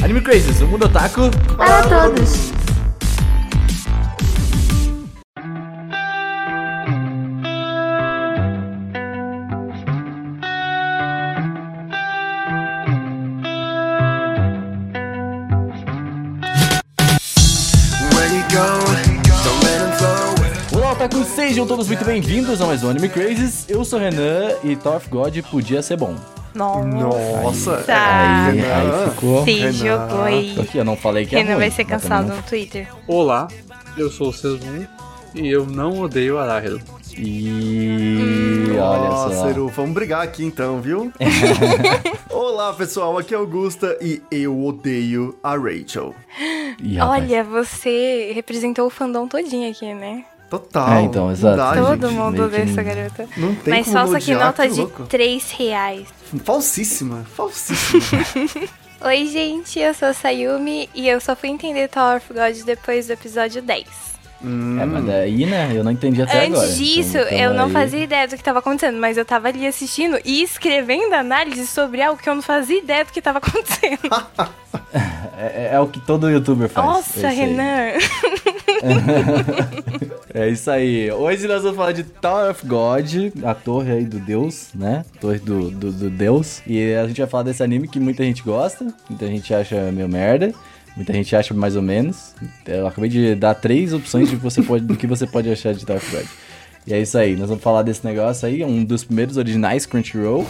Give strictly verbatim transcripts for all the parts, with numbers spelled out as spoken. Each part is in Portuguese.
Anime Crazes, o mundo otaku para todos. Olá, otakus, sejam todos muito bem-vindos a mais um Anime Crazes. Eu sou o Renan e Tower of God podia ser bom. Nossa. Nossa. Aí, aí ficou. Se Renan. jogou aí. Aqui, eu não falei que é Renan ruim, vai ser mas cansado também no Twitter. Olá, eu sou o Cezum e eu não odeio Arahiro. não- E olha Nossa, só. Ceru, vamos brigar aqui então, viu? Olá, pessoal, aqui é Augusta e eu odeio a Rachel. Ih, rapaz. Olha, você representou o fandom todinho aqui, né? Total. É, então, exato. Não dá, Todo gente. mundo meio que odeia essa não- garota. Não tem Mas como falsa que odiar, nota que de louco. três reais. Falsíssima, falsíssima. Oi, gente, eu sou a Sayumi e eu só fui entender Tower of God depois do episódio dez. É, mas daí, né, eu não entendi até agora. Antes disso, Então, eu não aí- fazia ideia do que estava acontecendo, mas eu tava ali assistindo e escrevendo análise sobre algo que eu não fazia ideia do que estava acontecendo. É, é o que todo youtuber faz. Nossa, é isso aí. Renan. É isso aí. Hoje nós vamos falar de Tower of God, a torre aí do Deus, né? Torre do, do, do Deus. E a gente vai falar desse anime que muita gente gosta, muita gente acha meio merda, muita gente acha mais ou menos. Eu acabei de dar três opções de você pode, do que você pode achar de Tower of God. E é isso aí, nós vamos falar desse negócio aí, um dos primeiros originais Crunchyroll.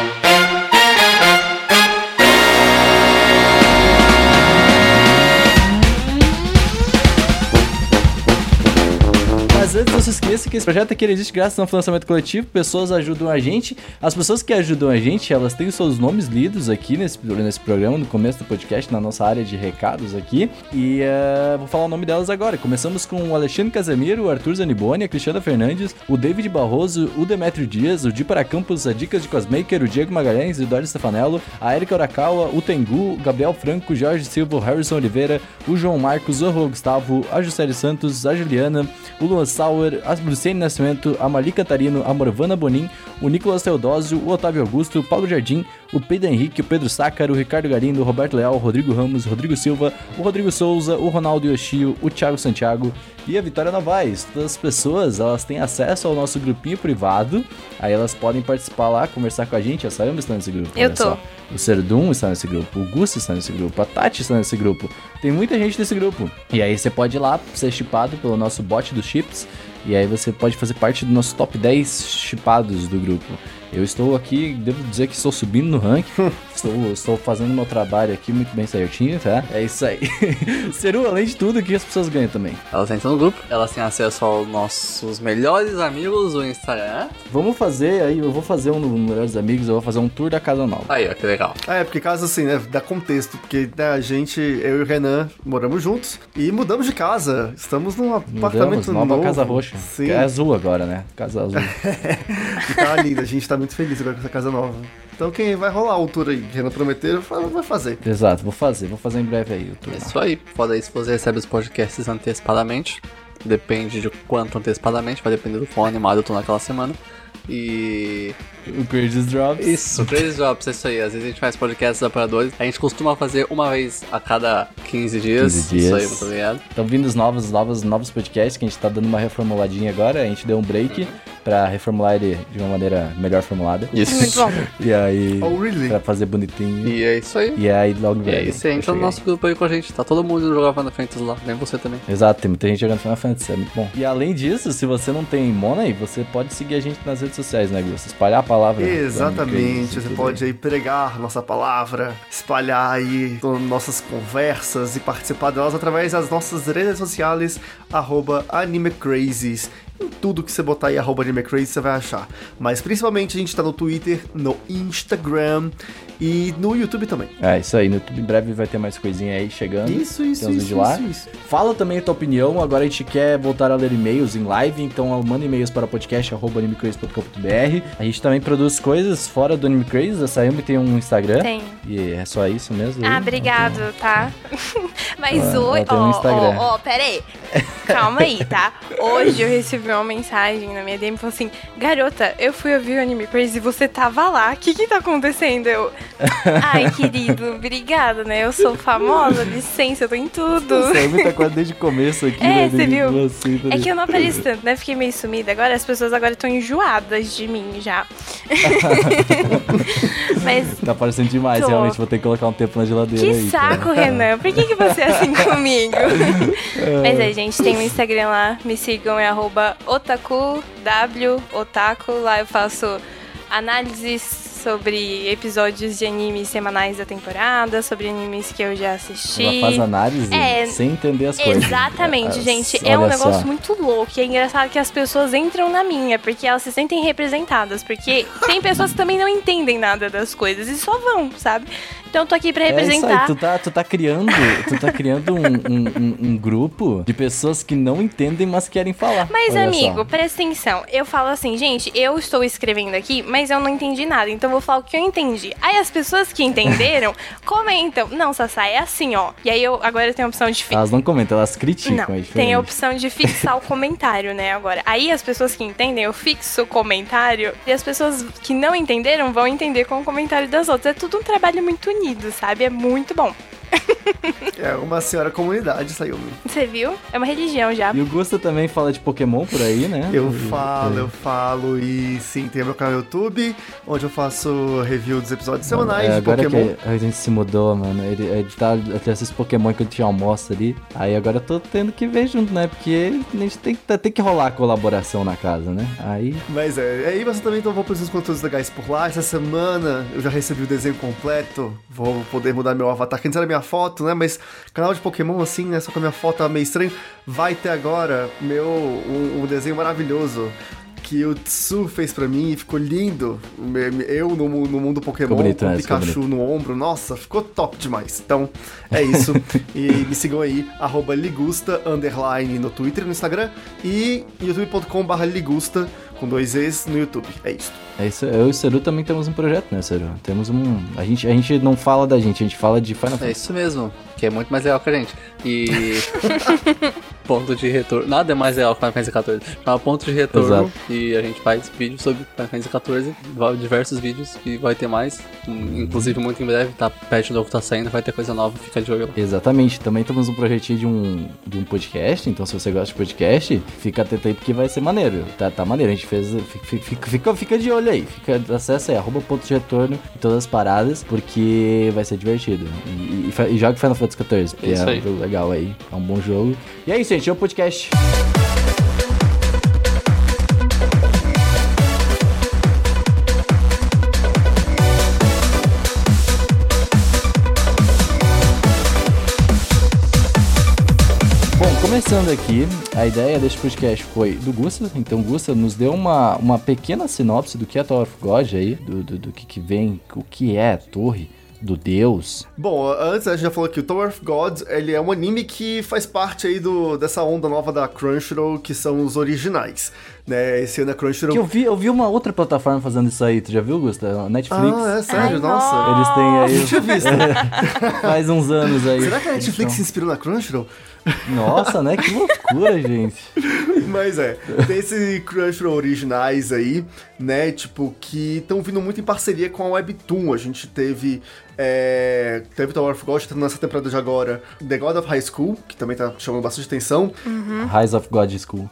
Mas antes, não se esqueça que esse projeto aqui ele existe graças a um financiamento coletivo. Pessoas ajudam a gente. As pessoas que ajudam a gente, elas têm os seus nomes lidos aqui nesse, nesse programa, no começo do podcast, na nossa área de recados aqui. E uh, vou falar o nome delas agora. Começamos com o Alexandre Casemiro, o Arthur Zaniboni, a Cristiana Fernandes, o David Barroso, o Demetrio Dias, o Di para Campos, a Dicas de Cosmaker, o Diego Magalhães, o Eduardo Stefanello, a Erika Urakawa, o Tengu, o Gabriel Franco, o Jorge Silva, o Harrison Oliveira, o João Marcos, o Rô Gustavo, a Juscelia Santos, a Juliana, o Luan Sauer, a Luciene Nascimento, a Mali Catarino, a Morvana Bonin, o Nicolas Teodósio, o Otávio Augusto, o Paulo Jardim, o Pedro Henrique, o Pedro Sácaro, o Ricardo Galindo, o Roberto Leal, o Rodrigo Ramos, o Rodrigo Silva, o Rodrigo Souza, o Ronaldo Yoshio, o Thiago Santiago e a Vitória Novaes. Todas as pessoas, elas têm acesso ao nosso grupinho privado, aí elas podem participar lá, conversar com a gente. A Sayama está nesse grupo, Eu olha tô. só. O Serdum está nesse grupo, o Gus está nesse grupo, a Tati está nesse grupo. Tem muita gente nesse grupo. E aí você pode ir lá ser chipado pelo nosso bot dos chips. E aí você pode fazer parte do nosso top dez chipados do grupo. Eu estou aqui, devo dizer que estou subindo no ranking. estou, estou fazendo meu trabalho aqui muito bem certinho, tá? É isso aí. Ceru, além de tudo, o que as pessoas ganham também? Elas entram no grupo, elas têm acesso aos nossos melhores amigos do Instagram. Vamos fazer aí, eu vou fazer um dos melhores amigos, eu vou fazer um tour da casa nova. Aí, ó, que legal. É, porque caso assim, né, dá contexto, porque né, a gente, eu e o Renan, moramos juntos e mudamos de casa. Estamos num apartamento nova novo. casa roxa. Sim. É azul agora, né? Casa azul. E tá lindo, a gente tá muito feliz agora com essa casa nova. Então quem vai rolar o tour aí, que Renan prometeu, vai fazer. Exato, vou fazer, vou fazer em breve aí o tour. É isso aí. Fora isso, você recebe os podcasts antecipadamente. Depende de quanto antecipadamente, vai depender do quão animado eu tô naquela semana. E. O Crazy Drops. Isso, Crazy Drops, é isso aí. Às vezes a gente faz podcasts apoiadores. A gente costuma fazer uma vez a cada quinze dias. quinze dias. Isso aí, muito obrigado. Estão vindo os novos, novos, novos podcasts que a gente tá dando uma reformuladinha agora. A gente deu um break pra reformular ele de uma maneira melhor formulada. Isso. Muito bom. E aí, Oh, really? pra fazer bonitinho. E é isso aí. E aí, logo E vem. aí, você entra no nosso grupo aí com a gente. Tá todo mundo indo jogar Final Fantasy lá, nem você também. Exato, tem muita gente jogando Final Fantasy, é muito bom. E além disso, se você não tem Money, você pode seguir a gente nas redes sociais, né, Gus? Espalhar a palavra. Exatamente, você Tudo pode aí pregar nossa palavra, espalhar aí to- nossas conversas e participar delas através das nossas redes sociais, arroba AnimeCrazes. Em tudo que você botar aí, arroba AnimeCrazes, você vai achar. Mas principalmente a gente tá no Twitter, no Instagram e no YouTube também. É, isso aí. No YouTube em breve vai ter mais coisinha aí chegando. Isso, isso, Tem uns isso, vídeos lá. isso, isso. Fala também a tua opinião. Agora a gente quer voltar a ler e-mails em live, então manda e-mails para podcast arroba animecraze ponto com ponto b r. A gente também produz coisas fora do Anime Craze. A Sayumi tem um Instagram. Tem. E é só isso mesmo. Ah, aí? obrigado, tá? Mas Ah, hoje. ela tem um Ó, Instagram. ó, ó, pera aí. Calma aí, tá? Hoje eu recebi uma mensagem na minha D M e falou assim: garota, eu fui ouvir o Anime Crazy e você tava lá. O que que tá acontecendo? Eu, ai, querido, obrigada, né? Eu sou famosa, licença, eu tô em tudo. Você é muita coisa desde o começo aqui, É, né? você viu? Assim, tá É que eu não apareço tanto, né? Fiquei meio sumida. Agora as pessoas agora estão enjoadas de mim já. Mas tá parecendo demais, tô. realmente. Vou ter que colocar um tempo na geladeira que aí. cara. saco, Renan. Por que, que você é assim comigo? Mas é, gente, tem um Instagram lá. Me sigam, é arroba otaku, w, otaku. Lá eu faço análises sobre episódios de animes semanais da temporada, sobre animes que eu já assisti. Ela faz análise É, sem entender as coisas. Exatamente, É, gente. olha É um negócio só. muito louco. E é engraçado que as pessoas entram na minha, porque elas se sentem representadas. Porque tem pessoas que também não entendem nada das coisas e só vão, sabe? Então eu tô aqui pra É isso aí, representar. tu tá, tu tá criando, tu tá criando um, um, um- um grupo de pessoas que não entendem, mas querem falar. Mas, Olha amigo, só. presta atenção. Eu falo assim, gente, eu estou escrevendo aqui, mas eu não entendi nada. Então eu vou falar o que eu entendi. Aí as pessoas que entenderam, comentam. Não, Sassá, é assim, ó. E aí eu agora tenho a opção de fi- Elas não comentam, elas criticam. Não, é diferente. tem a opção de fixar o comentário, né, agora. Aí as pessoas que entendem, eu fixo o comentário, e as pessoas que não entenderam vão entender com o comentário das outras. É tudo um trabalho muito unido, sabe? É muito bom. É uma senhora comunidade, Sayumi. Você viu? É uma religião já. E o Gusta também fala de Pokémon por aí, né? Eu falo, eu falo, e sim, tem meu canal no YouTube, onde eu faço review dos episódios semanais É, de agora Pokémon. que a gente se mudou, mano. Ele, ele tá ele assiste Pokémon que a gente almoça ali. Aí agora eu tô tendo que ver junto, né? Porque a gente tem, que- tem que rolar colaboração na casa, né? Aí. Mas é, aí você também então vou produzir uns conteúdos legais por lá. Essa semana eu já recebi o desenho completo, vou poder mudar meu avatar, que antes era minha foto, né? Mas canal de Pokémon assim, né? Só com a minha foto tá meio estranho. Vai ter agora meu um, um desenho maravilhoso que o Tsu fez pra mim e ficou lindo. Eu no, mu- no mundo Pokémon, Ficou bonito, com o né? Ficou Pikachu no ombro. Nossa, ficou top demais. Então, é isso. E me sigam aí, arroba ligusta, underline, no Twitter e no Instagram. E youtube ponto com barra ligusta, com dois E's no YouTube. É isso. É isso. Eu e o Seru também temos um projeto, né, Seru? Temos um. A gente, a gente não fala da gente, a gente fala de Final É Fantasy. isso mesmo, que é muito mais legal que a gente. E. ponto de retorno. Nada é mais legal que Final Fantasy quatorze. Mas ponto de retorno. Exato. E a gente faz vídeos sobre Final Fantasy quatorze. vai- Diversos vídeos e vai ter mais. Hum, Inclusive, muito em breve, tá? Patch novo tá saindo, vai ter coisa nova, fica de olho lá. Exatamente. Também temos um projetinho de um, de um podcast. Então, se você gosta de podcast, fica atento aí porque vai ser maneiro. Tá, tá maneiro. A gente fez. Fica, fica, fica, fica de olho aí. Fica, acessa aí, arroba ponto de retorno em todas as paradas, porque vai ser divertido. E, e, fa- e joga Final Fantasy quatorze, porque Isso é um aí. jogo legal aí. É um bom jogo. E é isso, gente. É o podcast. Bom, começando aqui, a ideia deste podcast foi do Gusta. Então, o Gusta nos deu uma, uma pequena sinopse do que é Tower of God aí, do, do, do que, que vem, o que é a torre do Deus. Bom, antes a gente já falou que o Tower of God, ele é um anime que faz parte aí do, dessa onda nova da Crunchyroll, que são os originais, né? Esse ano a Crunchyroll... Que eu vi, eu vi uma outra plataforma fazendo isso aí, tu já viu, Gusta? Netflix. Ah, é sério? Ai, Nossa. Eles têm aí. Eu tinha visto. Faz uns anos aí. Será que a Netflix Então, se inspirou na Crunchyroll? nossa, né? Que loucura, gente. Mas é, tem esse Crunchyroll originais aí, né, tipo, que estão vindo muito em parceria com a Webtoon. A gente teve, é, teve Tower of God, tá nessa temporada de agora, The God of High School, que também tá chamando bastante atenção. Rise of God School.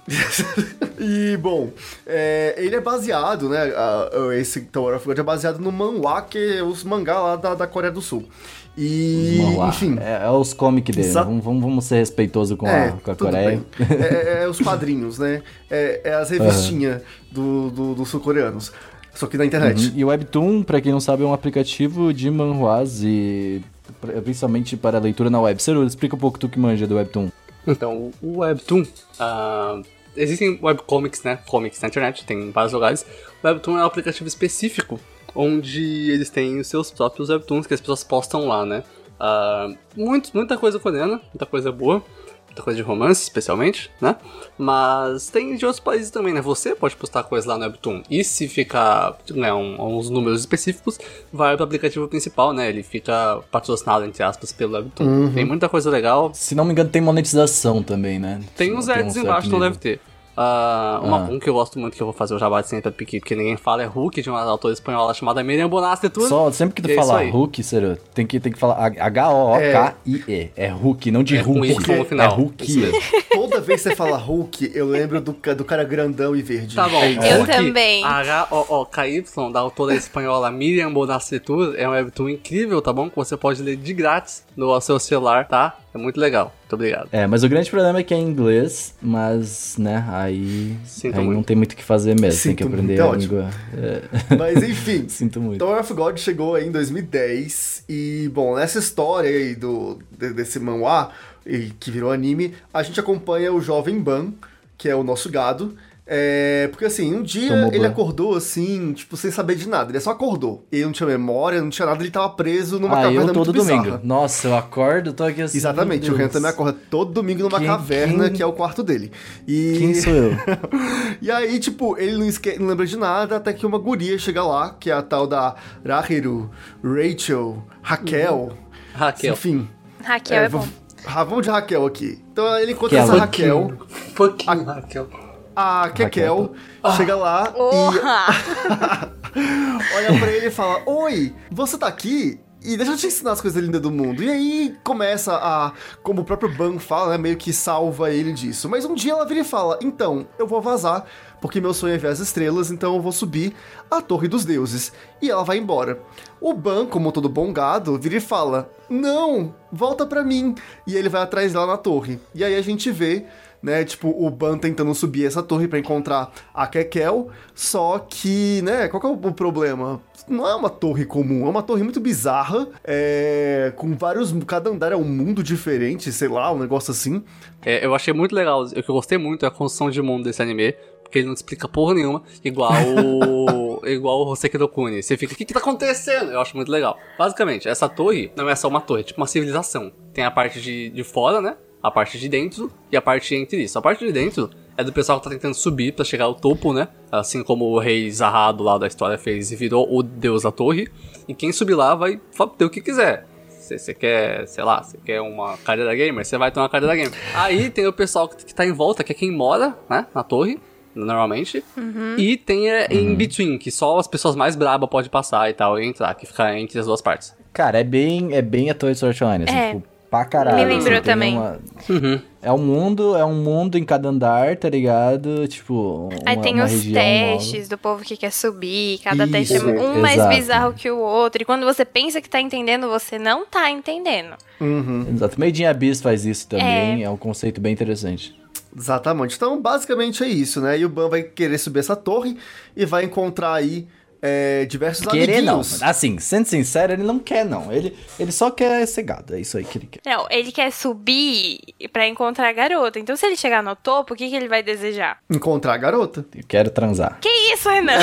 E, bom, é, ele é baseado, né, a- a- esse Tower of God é baseado no manhwa, que é os mangá lá da, da Coreia do Sul. E, Vamos lá. enfim... É, é os comics dele. né? Exa- Vamos, vamos, vamos ser respeitosos com, a, com a tudo Coreia. bem. É, é- é os quadrinhos, né? É, é as revistinhas do, do, dos sul-coreanos. Só que na internet. Uhum. E o Webtoon, pra quem não sabe, é um aplicativo de manhwas e pr- principalmente para leitura na web. Ciro, explica um pouco tu que manja do Webtoon. Então, o Webtoon, ah, existem webcomics, né? Comics na internet, tem em vários lugares. O Webtoon é um aplicativo específico, onde eles têm os seus próprios webtoons que as pessoas postam lá, né? Ah, muito, muita coisa coreana, muita coisa boa, muita coisa de romance, especialmente, né? Mas tem de outros países também, né? Você pode postar coisas lá no Webtoon. E se ficar, né, um, uns números específicos, vai pro aplicativo principal, né? Ele fica patrocinado, entre aspas, pelo Webtoon. Uhum. Tem muita coisa legal. Se não me engano, tem monetização também, né? Tem Se uns não ads um embaixo, certo não nível. deve ter. Uh, uma, Ah. Um que eu gosto muito, que eu vou fazer o jabá de sempre, porque, porque ninguém fala, é Hulk, de uma autora espanhola chamada Miriam Bonastre tudo. Só, sempre que tu É isso falar aí. Hulk, Ciro, tem que, tem que falar H O O K I E. É Hulk, não de É com Hulk. Y no final. É Isso Hulk. mesmo. Toda vez que você fala Hulk, eu lembro do, ca- do cara grandão e verde. Tá bom. Eu Hulk, também. H O O K Y, da autora espanhola Miriam Bonastre tudo, é um webtoon incrível, tá bom? Que você pode ler de grátis no seu celular, tá? É muito legal. Muito obrigado. É, mas o grande problema é que é em inglês, mas, né, aí, Sinto aí muito. não tem muito o que fazer mesmo. Sinto tem que aprender muito, é a ótimo. língua. É. Mas enfim. Sinto muito. Tower of God chegou aí em dois mil e dez e, bom, nessa história aí do, de- desse manhwa, e que virou anime, a gente acompanha o jovem Ban, que é o nosso gado. É, porque assim, um dia Tomou ele ban. acordou assim, tipo, sem saber de nada. Ele só acordou. Ele não tinha memória, não tinha nada, ele tava preso numa Ah, caverna eu todo muito bizarra. domingo. Nossa, eu acordo, tô aqui assim. Exatamente, meu o Renan Deus. também acorda todo domingo numa Quem- caverna, quem- que é o quarto dele. E... Quem sou eu? E aí, tipo, ele não, esque... não lembra de nada, até que uma guria chega lá, que é a tal da Rahiru, Rachel, Raquel, Raquel. enfim. Raquel é, bom. v- ah, vamos de Raquel aqui. Então ele encontra Raquel. essa Raquel, Pouquinho, Raquel. a Kekel, chega lá Porra! e olha pra ele e fala: Oi, você tá aqui? E deixa eu te ensinar as coisas lindas do mundo. E aí começa a, como o próprio Ban fala, né, meio que salva ele disso. Mas um dia ela vira e fala: Então, eu vou vazar, porque meu sonho é ver as estrelas, então eu vou subir a Torre dos Deuses. E ela vai embora. O Ban, como todo bom gado, vira e fala: Não, volta pra mim. E ele vai atrás dela na torre. E aí a gente vê, né, tipo, o Ban tentando subir essa torre pra encontrar a Kekel, só que, né, qual que é o o problema? Não é uma torre comum, é uma torre muito bizarra, é, com vários, cada andar é um mundo diferente, sei lá, um negócio assim. É, eu achei muito legal, o que eu gostei muito é a construção de mundo desse anime, porque ele não explica porra nenhuma, igual o igual o Hoseki no Kuni. Você fica, o que que tá acontecendo? Eu acho muito legal. Basicamente, essa torre não é só uma torre, é tipo uma civilização. Tem a parte de, de fora, né? A parte de dentro e a parte entre isso. A parte de dentro é do pessoal que tá tentando subir pra chegar ao topo, né? Assim como o rei Zarrado lá da história fez e virou o deus da torre. E quem subir lá vai ter o que quiser. Você quer, sei lá, você quer uma carreira gamer, você vai ter uma carreira gamer. Aí tem o pessoal que, que tá em volta, que é quem mora, né? Na torre, normalmente. Uhum. E tem é, in between, que só as pessoas mais brabas podem passar e tal, e entrar, que fica entre as duas partes. Cara, é bem, é bem a Toy Story Online, assim, É. tipo, pra caralho. Me assim, lembrou tem também. uma- Uhum. É um mundo, é um mundo em cada andar, tá ligado? Tipo, uma, Aí tem uma os região testes do povo que quer subir, cada Isso, teste é um mais exato. bizarro que o outro. E quando você pensa que tá entendendo, você não tá entendendo. Uhum. nova. Exato. Made in Abyss faz isso também, é. um conceito bem interessante. Exatamente. Então, basicamente é isso, né? E o Ban vai querer subir essa torre e vai encontrar aí é, diversos Querer não. amiguinhos. Assim, sendo sincero, ele não quer não. Ele, ele só quer ser gado, é isso aí que ele quer. Não, ele quer subir pra encontrar a garota. Então, se ele chegar no topo, o que, que ele vai desejar? Encontrar a garota. Eu quero transar. Que isso, Renan?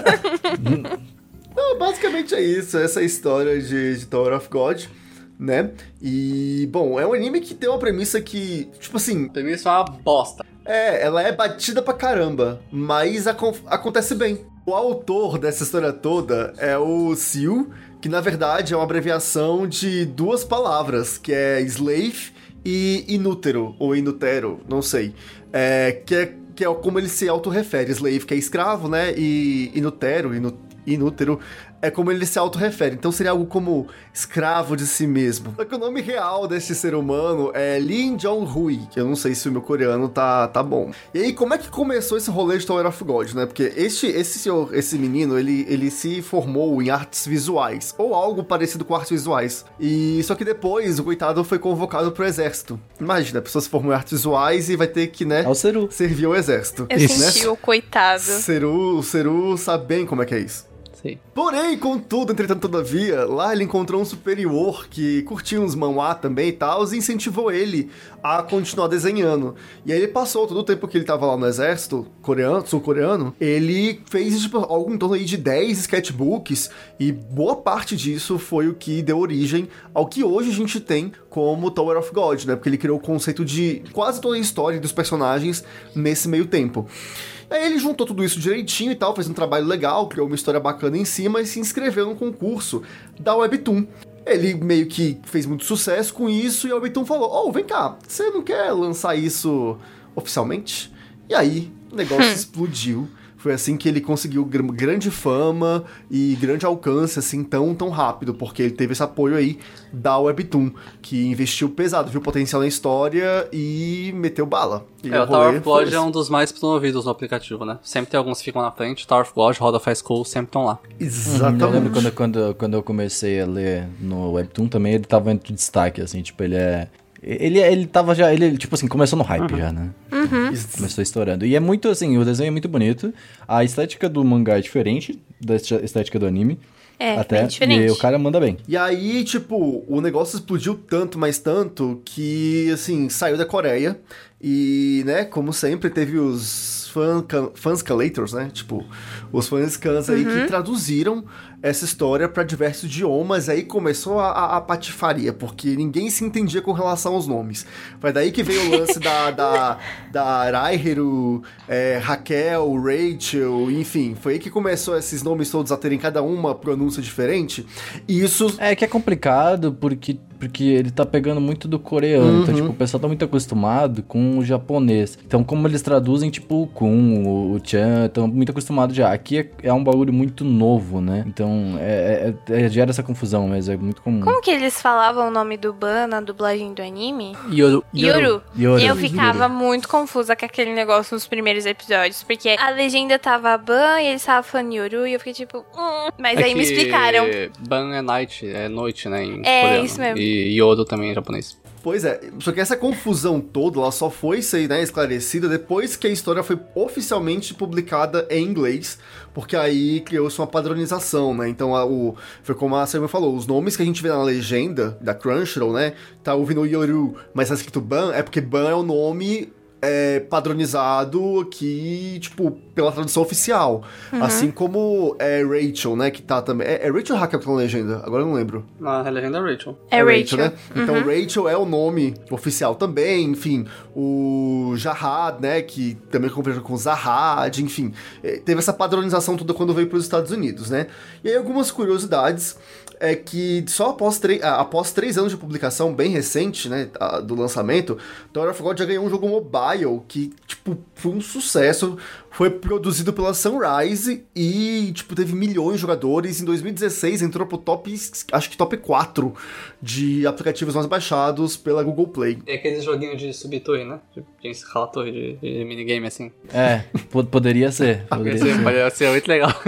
Não, basicamente é isso. Essa é a história de, de Tower of God, né? E, bom, é um anime que tem uma premissa que, tipo assim, Pra mim isso é uma bosta. é, ela é batida pra caramba, mas acon- acontece bem. O autor dessa história toda é o Sil, que na verdade é uma abreviação de duas palavras, que é slave e inútero, ou inutero, não sei. É, que, é, que é como ele se autorrefere. Slave, que é escravo, né? E inutero, inu, inútero, é como ele se autorrefere. Então seria algo como escravo de si mesmo. Só que o nome real deste ser humano é Lee Jong-hui, que eu não sei se o meu coreano tá, tá bom. E aí, como é que começou esse rolê de Tower of God, né? Porque este, esse, senhor, esse menino, ele, ele se formou em artes visuais, ou algo parecido com artes visuais. E só que depois, o coitado foi convocado pro exército. Imagina, a pessoa se formou em artes visuais e vai ter que, né, É o Seru. servir ao exército. Eu Isso, senti né? o coitado. Seru, o Seru sabe bem como é que é isso. Sim. Porém, contudo, entretanto, todavia, lá ele encontrou um superior que curtia uns manhwa também e tal, e incentivou ele a continuar desenhando. E aí ele passou todo o tempo que ele tava lá no exército coreano, sul-coreano, ele fez tipo, algo em torno aí de dez sketchbooks, e boa parte disso foi o que deu origem ao que hoje a gente tem como Tower of God, né? Porque ele criou o conceito de quase toda a história dos personagens nesse meio tempo. Aí ele juntou tudo isso direitinho e tal, fez um trabalho legal, criou uma história bacana em cima e se inscreveu no concurso da Webtoon. Ele meio que fez muito sucesso com isso e a Webtoon falou: "Oh, vem cá, você não quer lançar isso oficialmente?" E aí o negócio explodiu. Foi assim que ele conseguiu gr- grande fama e grande alcance, assim, tão, tão rápido, porque ele teve esse apoio aí da Webtoon, que investiu pesado, viu o potencial na história e meteu bala. E É, o rolê Tower of foi God é esse. um dos mais promovidos no aplicativo, né? Sempre tem alguns que ficam na frente, Tower of God, Roda High School, sempre estão lá. Exatamente. Eu lembro quando, quando, quando eu comecei a ler no Webtoon também, ele tava entre destaque, assim, tipo, ele é... Ele, ele tava já, ele, tipo assim, começou no hype Uhum. já, né? Isso. Começou estourando. E é muito, assim, o desenho é muito bonito, a estética do mangá é diferente da estética do anime. É, até, bem diferente. E o cara manda bem. E aí, tipo, o negócio explodiu tanto, mas tanto, que, assim, saiu da Coreia. E, né, como sempre, teve os fan, fanscalators, né? Tipo, os fanscans aí que traduziram essa história para diversos idiomas. Aí começou a, a, a patifaria, porque ninguém se entendia com relação aos nomes. Foi daí que veio o lance da, da, da Raiheru, é, Raquel, Rachel, enfim. Foi aí que começou esses nomes todos a terem cada uma pronúncia diferente. E isso... É que é complicado porque, porque ele tá pegando muito do coreano. Então, tipo, o pessoal tá muito acostumado com o japonês. Então, como eles traduzem, tipo, o Kun, o, o Chan, estão muito acostumados já. Aqui é, é um bagulho muito novo, né? Então, é, é, é, gera essa confusão, mas é muito comum. Como que eles falavam o nome do Ban na dublagem do anime? Yoru. Yoru. Yoru. Eu ficava muito confusa com aquele negócio nos primeiros episódios, porque a legenda tava Ban e eles estavam falando Yoru, e eu fiquei tipo... Hum. Mas É aí me que explicaram. Ban é night, é noite, né, em É, coreano. isso mesmo. E Yoru também é japonês. Pois é, só que essa confusão toda, ela só foi ser, né, esclarecida depois que a história foi oficialmente publicada em inglês, porque aí criou-se uma padronização, né, então a, o, foi como a Sam falou, os nomes que a gente vê na legenda da Crunchyroll, né, tá ouvindo Yoru, mas tá escrito Ban, é porque Ban é o nome... É, padronizado aqui, tipo, pela tradução oficial. Uhum. Assim como é Rachel, né, que tá também... É, é Rachel ou Raquel que tá na legenda? Agora eu não lembro. Na legenda é Rachel. É Rachel. né? Então Rachel é o nome oficial também, enfim. O Jahad, né, que também conversa com Zahad, enfim. É, teve essa padronização toda quando veio para os Estados Unidos, né? E aí algumas curiosidades... é que só após, após três anos de publicação, bem recente, né, do lançamento, Tower of God já ganhou um jogo mobile que, tipo, foi um sucesso, foi produzido pela Sunrise e, tipo, teve milhões de jogadores. Em dois mil e dezesseis entrou pro top, acho que top quatro de aplicativos mais baixados pela Google Play. É aqueles joguinhos de subir torre, né? De, de escalar torre, de, de minigame, assim. É, poderia ser. Poderia ser. Parece ser muito legal.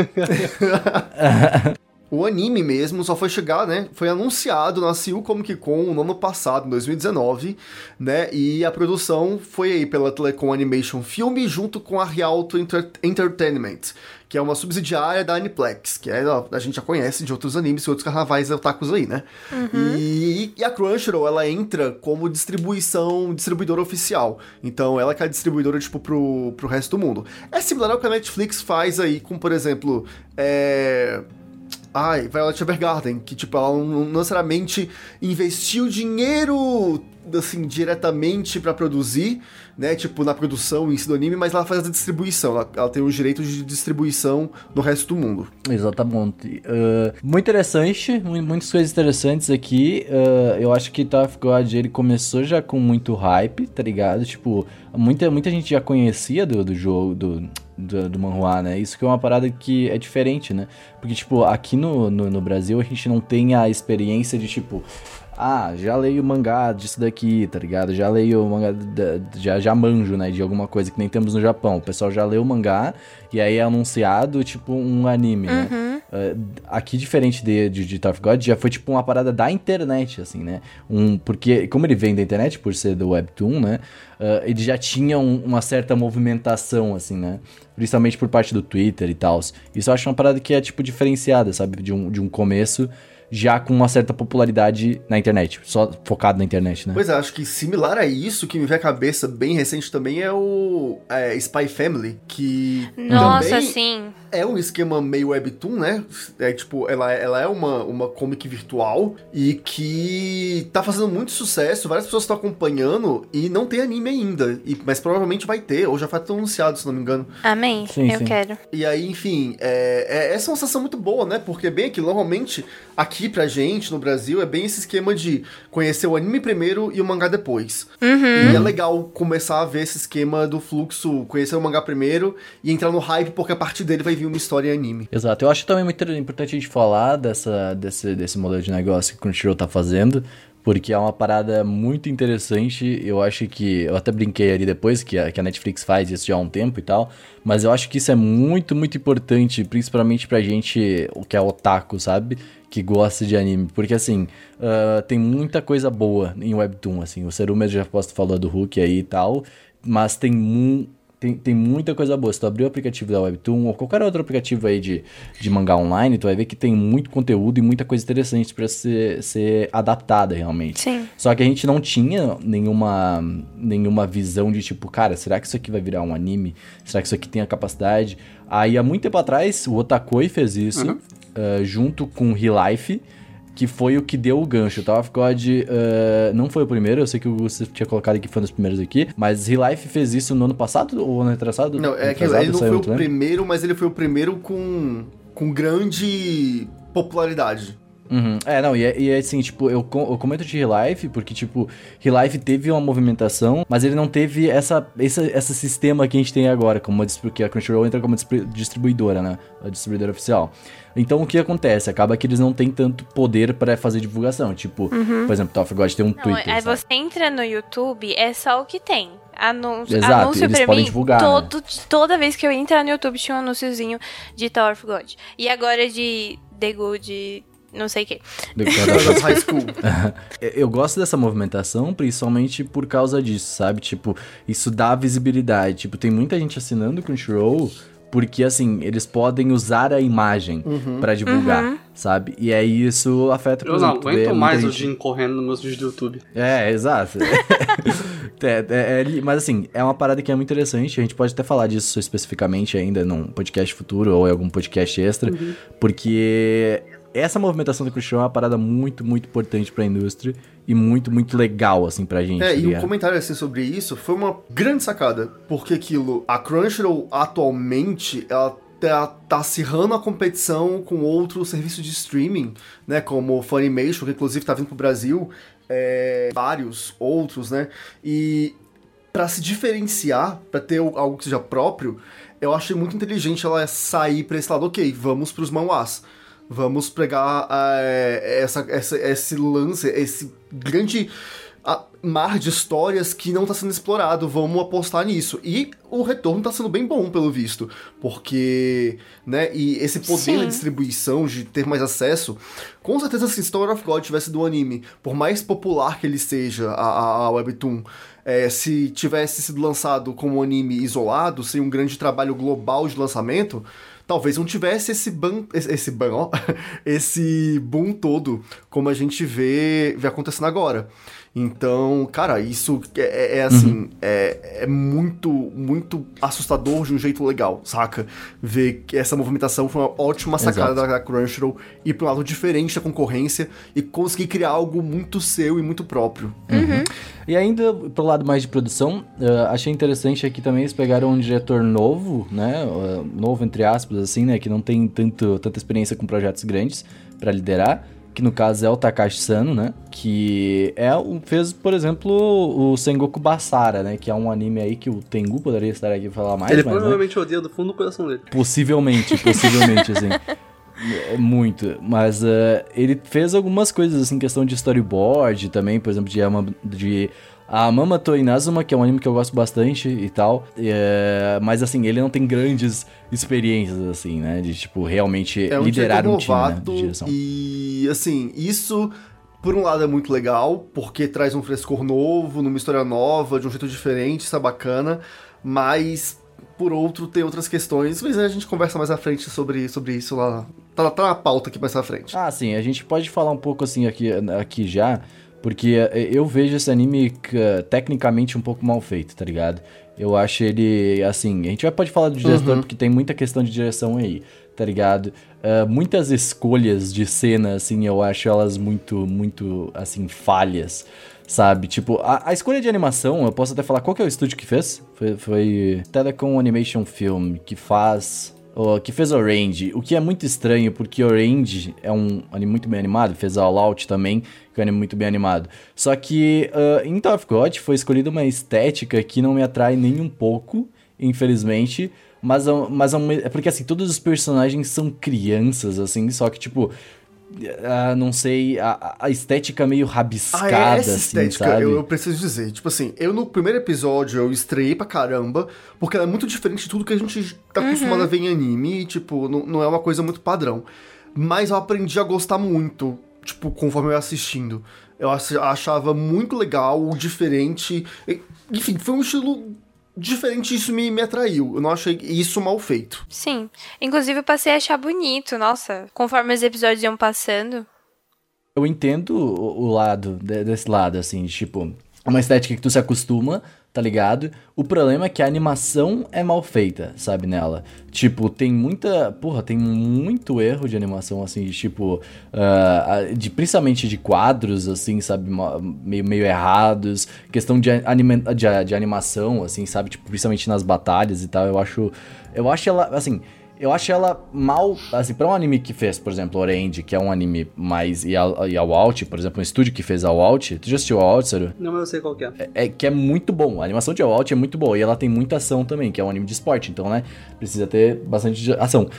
O anime mesmo só foi chegar, né? Foi anunciado na Seoul Comic Con no ano passado, em dois mil e dezenove, né? E a produção foi aí pela Telecom Animation Film junto com a Rialto Enter- Entertainment, que é uma subsidiária da Aniplex, que é, ó, a gente já conhece de outros animes e outros carnavais otakus aí, né? E, e a Crunchyroll, ela entra como distribuição, distribuidora oficial. Então, ela que é a distribuidora, tipo, pro, pro resto do mundo. É similar ao que a Netflix faz aí com, por exemplo, é... Ai, Violet Evergarden, que, tipo, ela não necessariamente investiu dinheiro, assim, diretamente pra produzir, né, tipo, na produção em si do anime, mas ela faz a distribuição, ela, ela tem os direitos de distribuição no resto do mundo. Exatamente. Uh, muito interessante, mu- muitas coisas interessantes aqui. Uh, eu acho que Tower of God, ele começou já com muito hype, tá ligado? Tipo, muita, muita gente já conhecia do, do jogo, do... Do, do manhwa, né? Isso que é uma parada que é diferente, né? Porque, tipo, aqui no, no, no Brasil a gente não tem a experiência de, tipo... Ah, já leio o mangá disso daqui, tá ligado? Já leio o mangá, da, já, já manjo, né? De alguma coisa que nem temos no Japão. O pessoal já leu o mangá e aí é anunciado, tipo, um anime, né? Uhum. Uh, aqui, diferente de, de, de Tower of God, já foi, tipo, uma parada da internet, assim, né? Um, porque, como ele vem da internet, por ser do Webtoon, né? Uh, ele já tinha um, uma certa movimentação, assim, né? Principalmente por parte do Twitter e tal. Isso eu acho uma parada que é, tipo, diferenciada, sabe? De um, de um começo já com uma certa popularidade na internet, só focado na internet, né? Pois é, acho que similar a isso, que me vem à cabeça bem recente também é o é, Spy Family, que Nossa, também sim. é um esquema meio webtoon, né? É tipo, ela, ela é uma, uma comic virtual e que tá fazendo muito sucesso, várias pessoas estão acompanhando e não tem anime ainda, e, mas provavelmente vai ter, ou já foi até anunciado, se não me engano. Amém. Sim, eu sim. quero. E aí, enfim, é, é, essa é uma sensação muito boa, né? Porque bem aqui, normalmente, aqui aqui pra gente, no Brasil, é bem esse esquema de conhecer o anime primeiro e o mangá depois. Uhum. E é legal começar a ver esse esquema do fluxo, conhecer o mangá primeiro e entrar no hype, porque a partir dele vai vir uma história em anime. Exato, eu acho também muito importante a gente falar dessa, desse, desse modelo de negócio que o Crunchyroll tá fazendo, porque é uma parada muito interessante. Eu acho que, eu até brinquei ali depois que a, que a Netflix faz isso já há um tempo e tal, mas eu acho que isso é muito, muito importante, principalmente pra gente, o que é otaku, sabe? Que gosta de anime, porque assim, uh, tem muita coisa boa em Webtoon, assim, o Seru mesmo já posso falar do Hulk aí e tal, mas tem muito... Tem, tem muita coisa boa. Se tu abrir o aplicativo da Webtoon ou qualquer outro aplicativo aí de, de mangá online, tu vai ver que tem muito conteúdo e muita coisa interessante pra ser, ser adaptada realmente. Sim. Só que a gente não tinha nenhuma, nenhuma visão de tipo, cara, será que isso aqui vai virar um anime? Será que isso aqui tem a capacidade? Aí há muito tempo atrás o Otakoi fez isso, uhum. uh, junto com o Relife, que foi o que deu o gancho. O Tower of God uh, não foi o primeiro, eu sei que você tinha colocado aqui, foi um dos primeiros aqui, mas Relife fez isso no ano passado ou ano retrasado? Não, é que ele não foi o primeiro, mas ele foi o primeiro com, com grande popularidade. Uhum. É, não, e é, e é assim, tipo, eu, eu comento de Relife, porque, tipo, Relife teve uma movimentação, mas ele não teve essa, esse, esse sistema que a gente tem agora, como uma, porque a Crunchyroll entra como distribuidora, né, a distribuidora oficial. Então, o que acontece? Acaba que eles não têm tanto poder pra fazer divulgação, tipo, uhum. por exemplo, Tower of God tem um não, Twitter, aí sabe? Você entra no YouTube, é só o que tem. Anúncio, Exato, anúncio eles pra podem mim, divulgar, todo, né? toda vez que eu entrar no YouTube tinha um anúnciozinho de Tower of God. E agora de The Good... não sei o que. High School. Eu gosto dessa movimentação, principalmente por causa disso, sabe? Tipo, isso dá visibilidade. Tipo, tem muita gente assinando o Crunchyroll porque, assim, eles podem usar a imagem uhum. pra divulgar, uhum. sabe? E aí isso afeta... Eu não aguento mais o Jin correndo nos meus vídeos do YouTube. É, exato. é, é, é, mas, assim, é uma parada que é muito interessante. A gente pode até falar disso especificamente ainda num podcast futuro ou em algum podcast extra, uhum. porque... essa movimentação do Crunchyroll é uma parada muito, muito importante pra indústria e muito, muito legal, assim, pra gente. É, tá e ligado? um comentário, assim, sobre isso foi uma grande sacada, porque aquilo, a Crunchyroll, atualmente, ela tá, tá acirrando a competição com outros serviços de streaming, né, como o Funimation, que inclusive tá vindo pro Brasil, é, vários outros, né, e pra se diferenciar, pra ter algo que seja próprio, eu achei muito inteligente ela sair pra esse lado, ok, vamos pros manhwas. Vamos pegar uh, essa, essa, esse lance, esse grande uh, mar de histórias que não está sendo explorado. Vamos apostar nisso. E o retorno está sendo bem bom, pelo visto. Porque, né, e esse poder Sim. da distribuição, de ter mais acesso, com certeza se Tower of God tivesse do anime, por mais popular que ele seja, a, a, a Webtoon, é, se tivesse sido lançado como anime isolado, sem um grande trabalho global de lançamento... talvez não tivesse esse ban, esse, esse ban, ó, esse boom todo, como a gente vê, vê acontecendo agora. Então, cara, isso é, é assim, uhum. é, é muito, muito assustador de um jeito legal, saca? Ver que essa movimentação foi uma ótima sacada da, da Crunchyroll, ir pra um lado diferente da concorrência e conseguir criar algo muito seu e muito próprio. Uhum. E ainda, pro lado mais de produção, uh, achei interessante aqui também, eles pegaram um diretor novo, né, uh, novo entre aspas, assim, né, que não tem tanto, tanta experiência com projetos grandes pra liderar, que no caso é o Takashi Sano, né, que é, fez, por exemplo, o Sengoku Basara, né, que é um anime aí que o Tengu poderia estar aqui pra falar mais. Ele mas, provavelmente né, odeia do fundo do coração dele. Possivelmente, possivelmente, assim. Muito, mas uh, ele fez algumas coisas assim, questão de storyboard também, por exemplo, de, de a Mamato Inazuma, que é um anime que eu gosto bastante e tal, é, mas assim, ele não tem grandes experiências assim, né, de tipo, realmente é um liderar um novato, time, né, de direção. E assim, isso por um lado é muito legal, porque traz um frescor novo, numa história nova, de um jeito diferente, isso é bacana, mas... por outro, tem outras questões, mas a gente conversa mais à frente sobre, sobre isso lá. Tá, tá na pauta aqui mais à frente. Ah, sim, a gente pode falar um pouco assim aqui, aqui já, porque eu vejo esse anime uh, tecnicamente um pouco mal feito, tá ligado? Eu acho ele, assim, a gente já pode falar do diretor, uhum. porque tem muita questão de direção aí, tá ligado? Uh, muitas escolhas de cena, assim, eu acho elas muito, muito, assim, falhas. Sabe, tipo, a, a escolha de animação, eu posso até falar qual que é o estúdio que fez? Foi, foi Telecom Animation Film, que faz o, que fez Orange, o que é muito estranho, porque Orange é um anime muito bem animado, fez All Out também, que é um anime muito bem animado. Só que uh, em Tower of God foi escolhida uma estética que não me atrai nem um pouco, infelizmente, mas, mas é porque, assim, todos os personagens são crianças, assim, só que, tipo... Uh, não sei, a, a estética meio rabiscada, ah, é essa assim, estética, sabe? eu, eu preciso dizer. Tipo assim, eu no primeiro episódio eu estreiei pra caramba, porque ela é muito diferente de tudo que a gente tá acostumado uhum. a ver em anime, e, tipo, não, não é uma coisa muito padrão. Mas eu aprendi a gostar muito, tipo, conforme eu ia assistindo. Eu achava muito legal, diferente. Enfim, foi um estilo... diferente, isso me, me atraiu. Eu não achei isso mal feito. Sim. Inclusive, eu passei a achar bonito, nossa. Conforme os episódios iam passando. Eu entendo o, o lado, de, desse lado, assim, de, tipo... uma estética que tu se acostuma, tá ligado? O problema é que a animação é mal feita, sabe, nela. Tipo, tem muita... Porra, tem muito erro de animação, assim, de, tipo... Uh, de, principalmente de quadros, assim, sabe? Meio, meio errados. Questão de, anima, de, de animação, assim, sabe? Tipo, principalmente nas batalhas e tal. Eu acho... Eu acho ela, assim... Eu acho ela mal, assim, pra um anime que fez, por exemplo, Orange, que é um anime mais... E a, e a Out, por exemplo, um estúdio que fez a Out. Tu já assistiu a Out, Saru? Não, mas eu sei qual que é. é. É que é muito bom. A animação de a Out é muito boa. E ela tem muita ação também, que é um anime de esporte. Então, né, precisa ter bastante ação.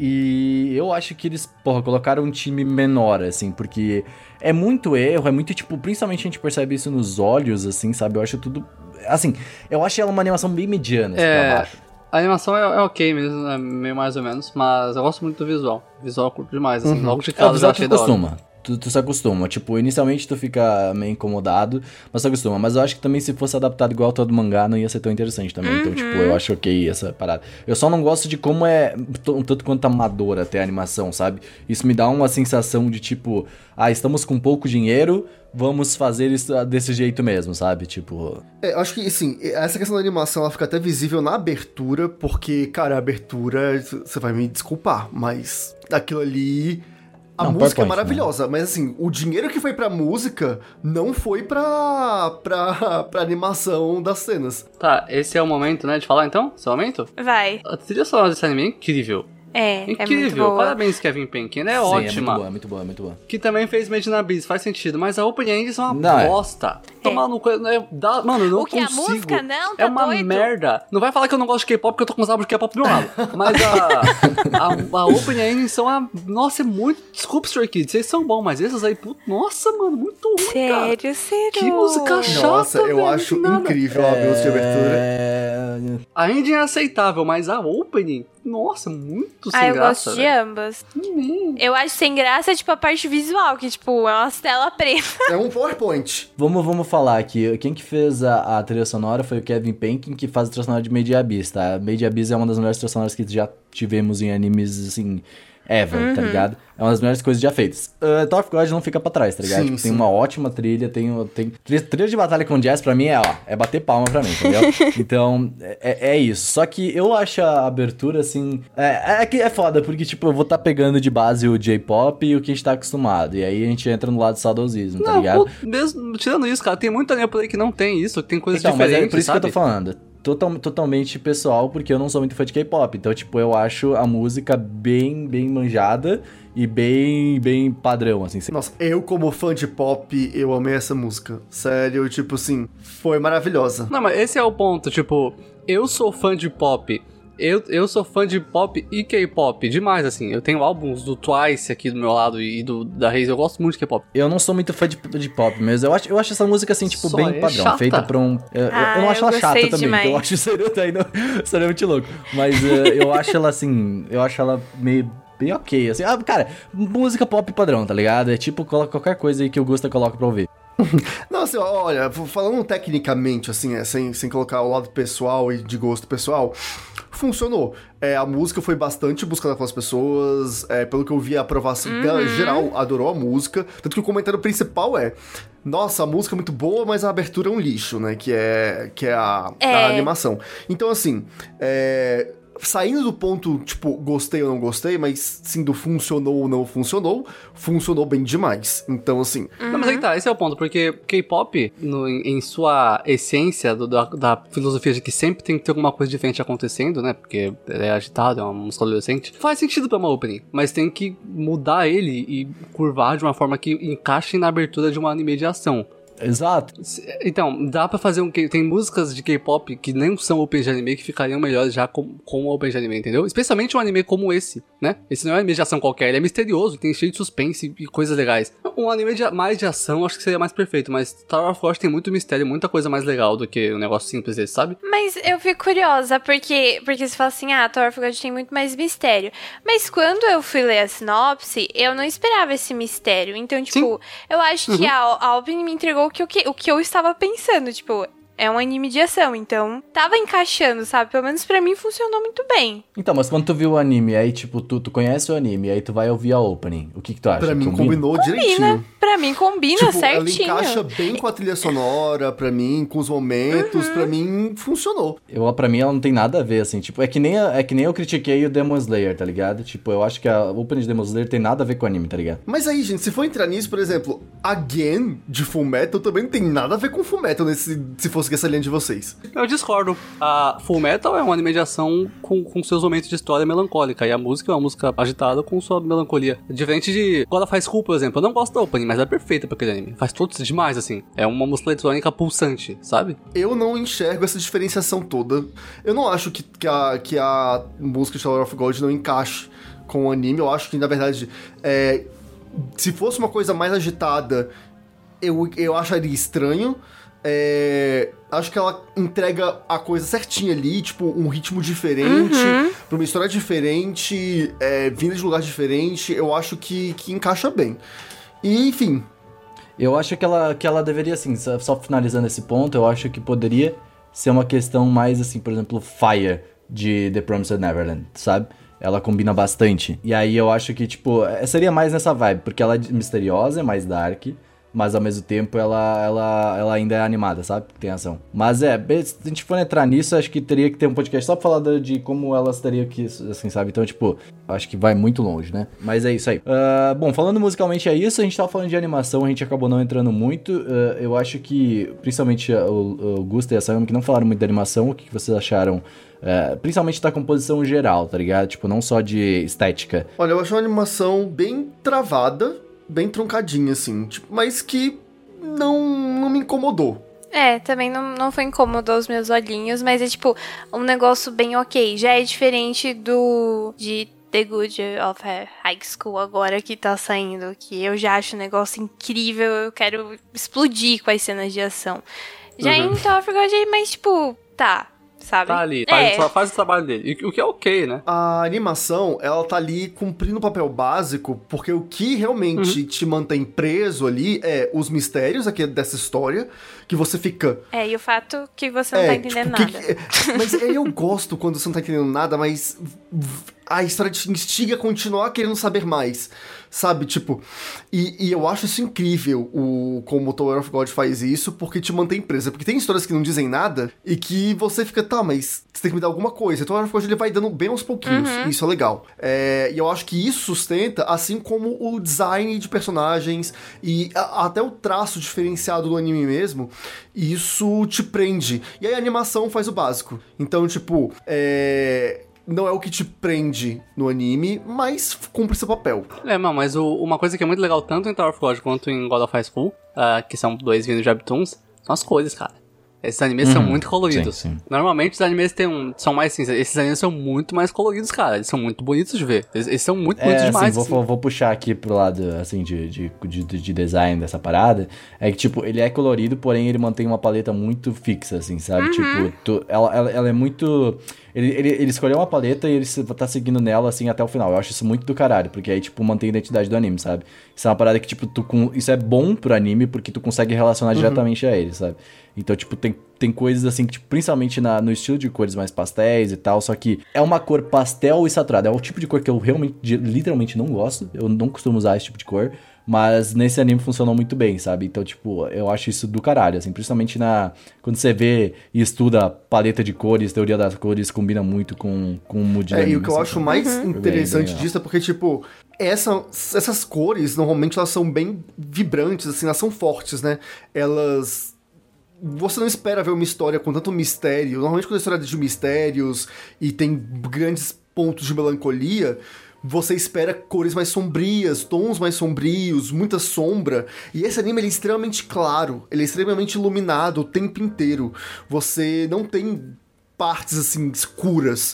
E eu acho que eles, porra, colocaram um time menor, assim, porque é muito erro, é muito, tipo... Principalmente a gente percebe isso nos olhos, assim, sabe? Eu acho tudo... Assim, eu acho ela uma animação bem mediana, assim, é... pra baixo. A animação é, é ok mesmo, é meio mais ou menos, mas eu gosto muito do visual. O visual eu curto demais, assim, Uhum. logo de É, o casa eu visual achei tu da hora. acostuma. Tu, tu se acostuma. Tipo, inicialmente tu fica meio incomodado, mas tu acostuma. Mas eu acho que também se fosse adaptado igual todo mangá, não ia ser tão interessante também. Então, tipo, eu acho ok essa parada. Eu só não gosto de como é um tanto quanto amadora até a animação, sabe? Isso me dá uma sensação de tipo, ah, estamos com pouco dinheiro, vamos fazer isso desse jeito mesmo, sabe? Tipo... É, acho que, assim, essa questão da animação, ela fica até visível na abertura, porque, cara, a abertura, você vai me desculpar, mas aquilo ali... A Não, música é PowerPoint, maravilhosa, né? Mas, assim, o dinheiro que foi pra música não foi pra, pra, pra animação das cenas. Tá, esse é o momento, né, de falar então? Esse é o momento? Vai. A trilha sonora desse anime é incrível. É, é muito Incrível, boa. parabéns, Kevin Penkin, ela é Sim, ótima. é muito boa, é muito boa, é muito boa. Que também fez Made in Abyss, faz sentido, mas a Open End é uma Não, é. bosta. Tomar no cu, é, dá- mano, eu não O que, a consigo. música não? Tá É uma doido? merda. Não vai falar que eu não gosto de K-pop, porque eu tô com os álbuns de K-pop do meu lado. Mas a, a, a Open End são a... Nossa, é muito... Desculpa, Stray Kids, vocês são bons, mas esses aí, puto, nossa, mano, muito ruim, cara. Sério, sério. Que música chata, Nossa, eu velho, acho que nada. incrível a música de abertura. É... A ending é aceitável, mas a opening, nossa, muito sem Ah, eu graça, gosto de velho. ambas. Hum. Eu acho sem graça, tipo, a parte visual, que, tipo, é uma tela preta. É um PowerPoint. Vamos, vamos falar aqui. Quem que fez a, a trilha sonora foi o Kevin Penkin, que faz a trilha sonora de Made in Abyss, tá? Made in Abyss é uma das melhores trilhas sonoras que já tivemos em animes, assim, ever, tá ligado? É uma das melhores coisas já feitas. Uh, Tower of God não fica pra trás, tá ligado? Sim, Tipo, sim. tem uma ótima trilha, tem... tem trilha, trilha de batalha com jazz, pra mim, é, ó, é bater palma pra mim, entendeu? Então, é, é isso. Só que eu acho a abertura, assim... É, é que é foda, porque, tipo, eu vou tá pegando de base o J-pop e o que a gente tá acostumado. E aí a gente entra no lado do saudosismo, tá Não, ligado? pô, mesmo tirando isso, cara, tem muito anime por aí que não tem isso, que tem coisas Então, mas diferentes, é por isso sabe? que eu tô falando. Total, totalmente pessoal, porque eu não sou muito fã de K-pop. Então, tipo, eu acho a música bem, bem manjada e bem, bem padrão, assim. Nossa, eu como fã de pop, eu amei essa música. Sério, tipo assim, foi maravilhosa. Não, mas esse é o ponto, tipo, eu sou fã de pop, eu, eu sou fã de pop e K-pop, demais, assim, eu tenho álbuns do Twice aqui do meu lado e do da Reis, eu gosto muito de K-pop. Eu não sou muito fã de, de pop, mas eu acho, eu acho essa música, assim, tipo, Só bem é padrão. chata. Feita pra um... Eu, eu- Ah, eu não acho eu ela chata gostei também, demais. então eu acho que seria até não, seria muito louco. Mas eh, eu acho ela, assim, eu acho ela meio... Bem ok, assim. Ah, cara, música pop padrão, tá ligado? É tipo, coloca qualquer coisa aí que o Gusta coloca pra ouvir. Não, assim, olha, falando tecnicamente, assim, é, sem, sem colocar o lado pessoal e de gosto pessoal, funcionou. É, a música foi bastante buscada pelas pessoas, é, pelo que eu vi, a aprovação dela, geral adorou a música, tanto que o comentário principal é: nossa, a música é muito boa, mas a abertura é um lixo, né, que é, que é, a, É. a animação. Então, assim, é... saindo do ponto, tipo, gostei ou não gostei, mas sim do funcionou ou não funcionou, funcionou bem demais. Então, assim... Não, mas aí tá, esse é o ponto, porque K-pop, no, em, em sua essência do, da, da filosofia de que sempre tem que ter alguma coisa diferente acontecendo, né, porque ele é agitado, é uma música adolescente, faz sentido pra uma opening, mas tem que mudar ele e curvar de uma forma que encaixe na abertura de uma anime de ação. Exato. Então, dá pra fazer um... Tem músicas de K-pop que nem são open de anime que ficariam melhores já com, com o open de anime, entendeu? Especialmente um anime como esse, né? Esse não é um anime de ação qualquer, ele é misterioso, tem cheio de suspense e coisas legais. Um anime de, mais de ação, acho que seria mais perfeito, mas Tower of God tem muito mistério, muita coisa mais legal do que um negócio simples desse, sabe? Mas eu fico curiosa, porque, porque você fala assim, ah, Tower of God tem muito mais mistério. Mas quando eu fui ler a sinopse, eu não esperava esse mistério. Então, tipo, Sim. eu acho uhum. que a, a opening me entregou o que, o, que, o que eu estava pensando, tipo... É um anime de ação, então tava encaixando, sabe? Pelo menos pra mim funcionou muito bem. Então, mas quando tu viu o anime, aí tipo, tu, tu conhece o anime, aí tu vai ouvir a opening, o que que tu acha? Pra mim combina? combinou combina. direitinho. Pra mim combina tipo, certinho. Ela encaixa bem com a trilha sonora, pra mim, com os momentos, uhum. pra mim funcionou. Eu, pra mim ela não tem nada a ver, assim, tipo, é que nem, a, é que nem eu critiquei o Demon Slayer, tá ligado? Tipo, eu acho que a opening de Demon Slayer tem nada a ver com o anime, tá ligado? Mas aí, gente, se for entrar nisso, por exemplo, Again de Fullmetal também não tem nada a ver com Fullmetal, nesse, se fosse essa linha de vocês. Eu discordo. A Fullmetal é uma anime de ação com, com seus momentos de história melancólica. E a música é uma música agitada com sua melancolia. Diferente de God of High School, por exemplo. Eu não gosto da opening, mas é perfeita pra aquele anime. Faz tudo demais, assim. É uma música eletrônica pulsante, sabe? Eu não enxergo essa diferenciação toda. Eu não acho que, que, a, que a música de Tower of God não encaixe com o anime. Eu acho que, na verdade, é, se fosse uma coisa mais agitada, eu, eu acharia estranho. É, acho que ela entrega a coisa certinha ali, tipo, um ritmo diferente, uhum. pra uma história diferente, é, vinda de lugar diferente, eu acho que, que encaixa bem. E, enfim... Eu acho que ela, que ela deveria, assim, só, só finalizando esse ponto, eu acho que poderia ser uma questão mais, assim, por exemplo, Fire, de The Promised Neverland, sabe? Ela combina bastante. E aí eu acho que, tipo, seria mais nessa vibe, porque ela é misteriosa, é mais dark... Mas ao mesmo tempo ela, ela, ela ainda é animada, sabe? Tem ação. Mas é, se a gente for entrar nisso, acho que teria que ter um podcast só pra falar de como elas teriam que, assim, sabe? Então, tipo, acho que vai muito longe, né? Mas é isso aí. Uh, bom, falando musicalmente é isso, a gente tava falando de animação, a gente acabou não entrando muito. Uh, eu acho que, principalmente o, o Gusta e a Sayumi, que não falaram muito da animação, o que vocês acharam? Uh, principalmente da composição geral, tá ligado? Tipo, não só de estética. Olha, eu acho uma animação bem travada, bem truncadinha, assim, tipo, mas que não, não me incomodou. É, também não, não foi incômodo aos meus olhinhos, mas é tipo um negócio bem ok. Já é diferente do de The Good of High School agora que tá saindo, que eu já acho um negócio incrível, eu quero explodir com as cenas de ação. Já uhum. em Tower of God é mais tipo, tá... Sabe? Tá ali, é. faz, faz o trabalho dele. O que é ok, né? A animação, ela tá ali cumprindo o papel básico, porque o que realmente uhum. te mantém preso ali é os mistérios aqui dessa história, que você fica... É, e o fato que você não é, tá entendendo tipo, nada. Que, mas eu gosto quando você não tá entendendo nada, mas a história te instiga a continuar querendo saber mais, sabe? Tipo, e, e eu acho isso incrível, o, como o Tower of God faz isso, porque te mantém presa. Porque tem histórias que não dizem nada e que você fica, tá, mas você tem que me dar alguma coisa. O Tower of God, ele vai dando bem aos pouquinhos, uhum. e isso é legal. É, e eu acho que isso sustenta, assim como o design de personagens e a, até o traço diferenciado do anime mesmo, isso te prende. E aí a animação faz o básico. Então, tipo, é... não é o que te prende no anime, mas cumpre seu papel. É, não, mas o, uma coisa que é muito legal tanto em Tower of God quanto em God of High School, uh, que são dois vindos de Webtoons, são as cores, cara. Esses animes uhum, são muito coloridos. Sim, sim. Normalmente os animes tem um, são mais cinza. Esses animes são muito mais coloridos, cara. Eles são muito bonitos de ver. Eles, eles são muito é, bonitos demais. Assim, vou, vou puxar aqui pro lado, assim, de, de, de, de design dessa parada. É que, tipo, ele é colorido, porém ele mantém uma paleta muito fixa, assim, sabe? Uhum. Tipo, tu, ela, ela, ela é muito... Ele, ele, ele escolheu uma paleta e ele tá seguindo nela, assim, até o final. Eu acho isso muito do caralho, porque aí, tipo, mantém a identidade do anime, sabe? Isso é uma parada que, tipo, tu, isso é bom pro anime, porque tu consegue relacionar uhum. diretamente a ele, sabe? Então, tipo, tem tem coisas assim, que, tipo, principalmente na, no estilo de cores mais pastéis e tal, só que é uma cor pastel e saturada. É o tipo de cor que eu realmente, literalmente não gosto. Eu não costumo usar esse tipo de cor. Mas nesse anime funcionou muito bem, sabe? Então, tipo, eu acho isso do caralho, assim. Principalmente na... Quando você vê e estuda paleta de cores, teoria das cores, combina muito com, com o mood do É, anime, e o que eu assim, acho então. mais Uhum. interessante Bem, bem, disso é porque, tipo, essa, essas cores, normalmente, elas são bem vibrantes, assim, elas são fortes, né? Elas... Você não espera ver uma história com tanto mistério. Normalmente, quando a história é de mistérios e tem grandes pontos de melancolia... Você espera cores mais sombrias, tons mais sombrios, muita sombra. E esse anime ele é extremamente claro, ele é extremamente iluminado o tempo inteiro. Você não tem partes assim escuras.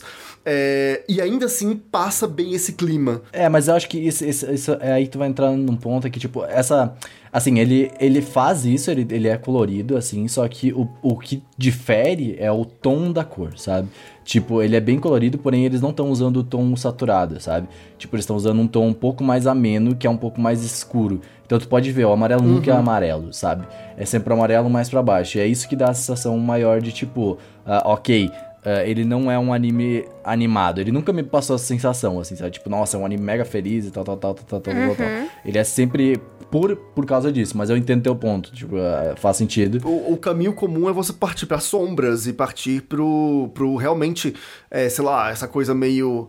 É, e ainda assim passa bem esse clima. É, mas eu acho que isso, isso, isso é aí tu vai entrar num ponto que, tipo, essa... Assim, ele, ele faz isso, ele, ele é colorido, assim, só que o, o que difere é o tom da cor, sabe? Tipo, ele é bem colorido, porém eles não estão usando o tom saturado, sabe? Tipo, eles estão usando um tom um pouco mais ameno, que é um pouco mais escuro. Então tu pode ver, o amarelo Uhum. nunca é amarelo, sabe? É sempre o amarelo mais pra baixo. E é isso que dá a sensação maior de, tipo, ah, ok... Uh, ele não é um anime animado. Ele nunca me passou essa sensação, assim, sabe? Tipo, nossa, é um anime mega feliz e tal, tal, tal, tal, tal, Uhum. tal, tal. Ele é sempre por, por causa disso, mas eu entendo teu ponto. Tipo, uh, faz sentido. O, o caminho comum é você partir para sombras e partir pro, pro realmente, é, sei lá, essa coisa meio...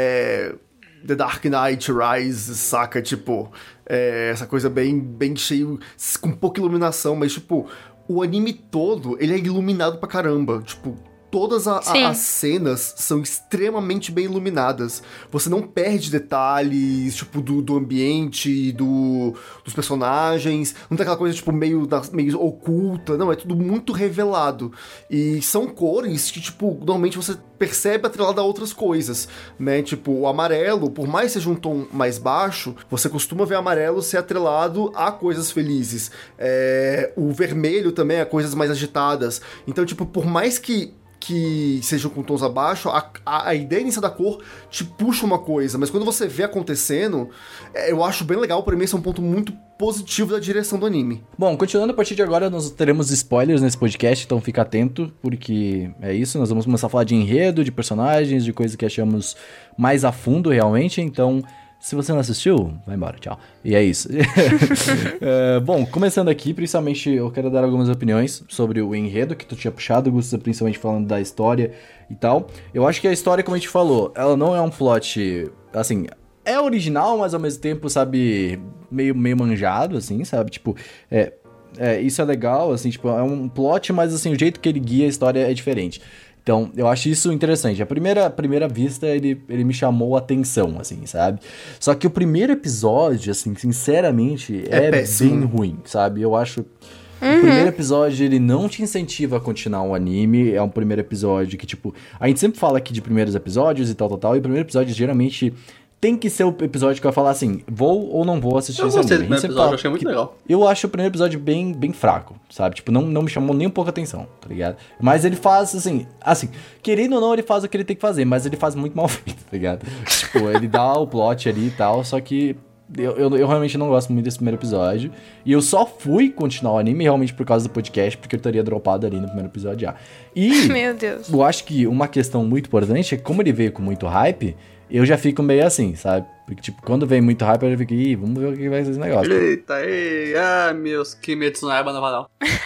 É, The Dark Knight Rise, saca? Tipo, é, essa coisa bem, bem cheio, com pouca iluminação, mas, tipo, o anime todo, ele é iluminado pra caramba. Tipo, todas a, a, as cenas são extremamente bem iluminadas. Você não perde detalhes, tipo, do, do ambiente, do, dos personagens. Não tem aquela coisa, tipo, meio, da, meio oculta. Não, é tudo muito revelado. E são cores que, tipo, normalmente você percebe atrelado a outras coisas, né? Tipo, o amarelo, por mais que seja um tom mais baixo, você costuma ver amarelo ser atrelado a coisas felizes. É, o vermelho também a coisas mais agitadas. Então, tipo, por mais que que sejam com tons abaixo, a, a, a ideia inicial da cor te puxa uma coisa, mas quando você vê acontecendo, é, eu acho bem legal, pra mim esse é um ponto muito positivo da direção do anime. Bom, continuando a partir de agora, nós teremos spoilers nesse podcast, então fica atento, porque é isso, nós vamos começar a falar de enredo, de personagens, de coisas que achamos mais a fundo realmente, então... Se você não assistiu, vai embora, tchau. E é isso. é, bom, começando aqui, principalmente eu quero dar algumas opiniões sobre o enredo que tu tinha puxado, Gusta, principalmente falando da história e tal. Eu acho que a história, como a gente falou, ela não é um plot, assim... É original, mas ao mesmo tempo, sabe, meio, meio manjado, assim, sabe? Tipo, é, é, isso é legal, assim, tipo, é um plot, mas assim, o jeito que ele guia a história é diferente. Então, eu acho isso interessante. A primeira, a primeira vista, ele, ele me chamou a atenção, assim, sabe? Só que o primeiro episódio, assim, sinceramente, é, É péssimo. bem ruim, sabe? Eu acho... Uhum. O primeiro episódio, ele não te incentiva a continuar o anime. É um primeiro episódio que, tipo... A gente sempre fala aqui de primeiros episódios e tal, tal, tal. E o primeiro episódio, geralmente... Tem que ser o episódio que eu falar assim, vou ou não vou assistir Eu esse gostei anime. do A gente primeiro sempre episódio, fala eu achei muito que- legal. Eu acho o primeiro episódio bem, bem fraco, sabe? Tipo, não, não me chamou nem um pouco a atenção, tá ligado? Mas ele faz, assim, assim, querendo ou não, ele faz o que ele tem que fazer, mas ele faz muito mal feito, tá ligado? Tipo, ele dá o plot ali e tal, só que eu, eu, eu realmente não gosto muito desse primeiro episódio. E eu só fui continuar o anime realmente por causa do podcast, porque eu teria dropado ali no primeiro episódio já. E Meu Deus. eu acho que uma questão muito importante é que como ele veio com muito hype, eu já fico meio assim, sabe? Porque, tipo, quando vem muito hype, eu já fico, ih, vamos ver o que vai ser esse negócio. Eita, ei, ah, meus Kimetsu no Yaiba no varal.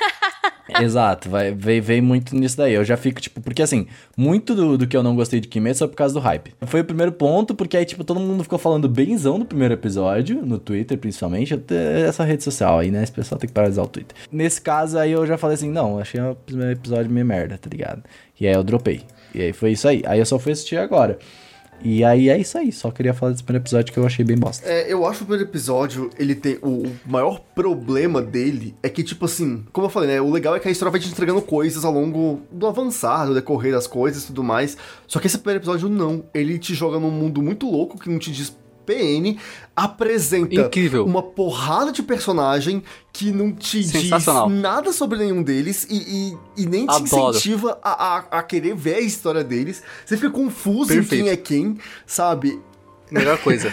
Exato, vai, veio, veio muito nisso daí. Eu já fico, tipo, porque assim, muito do, do que eu não gostei de Kimetsu é por causa do hype. Foi o primeiro ponto, porque aí, tipo, todo mundo ficou falando benzão do primeiro episódio, no Twitter, principalmente, até essa rede social aí, né? Esse pessoal tem que parar de usar o Twitter. Nesse caso, aí eu já falei assim, não, achei o primeiro episódio meio merda, tá ligado? E aí eu dropei. E aí foi isso aí. Aí eu só fui assistir agora. E aí é isso aí, só queria falar desse primeiro episódio que eu achei bem bosta. É, eu acho que o primeiro episódio, ele tem... O, o maior problema dele é que, tipo assim... Como eu falei, né? O legal é que a história vai te entregando coisas ao longo do avançar, do decorrer das coisas e tudo mais. Só que esse primeiro episódio, não. Ele te joga num mundo muito louco, que não te diz P N, apresenta Incrível. uma porrada de personagem que não te diz Sensacional. nada sobre nenhum deles e, e, e nem te Adoro. incentiva a, a, a querer ver a história deles. Você fica confuso Perfeito. em quem é quem, sabe? Melhor coisa.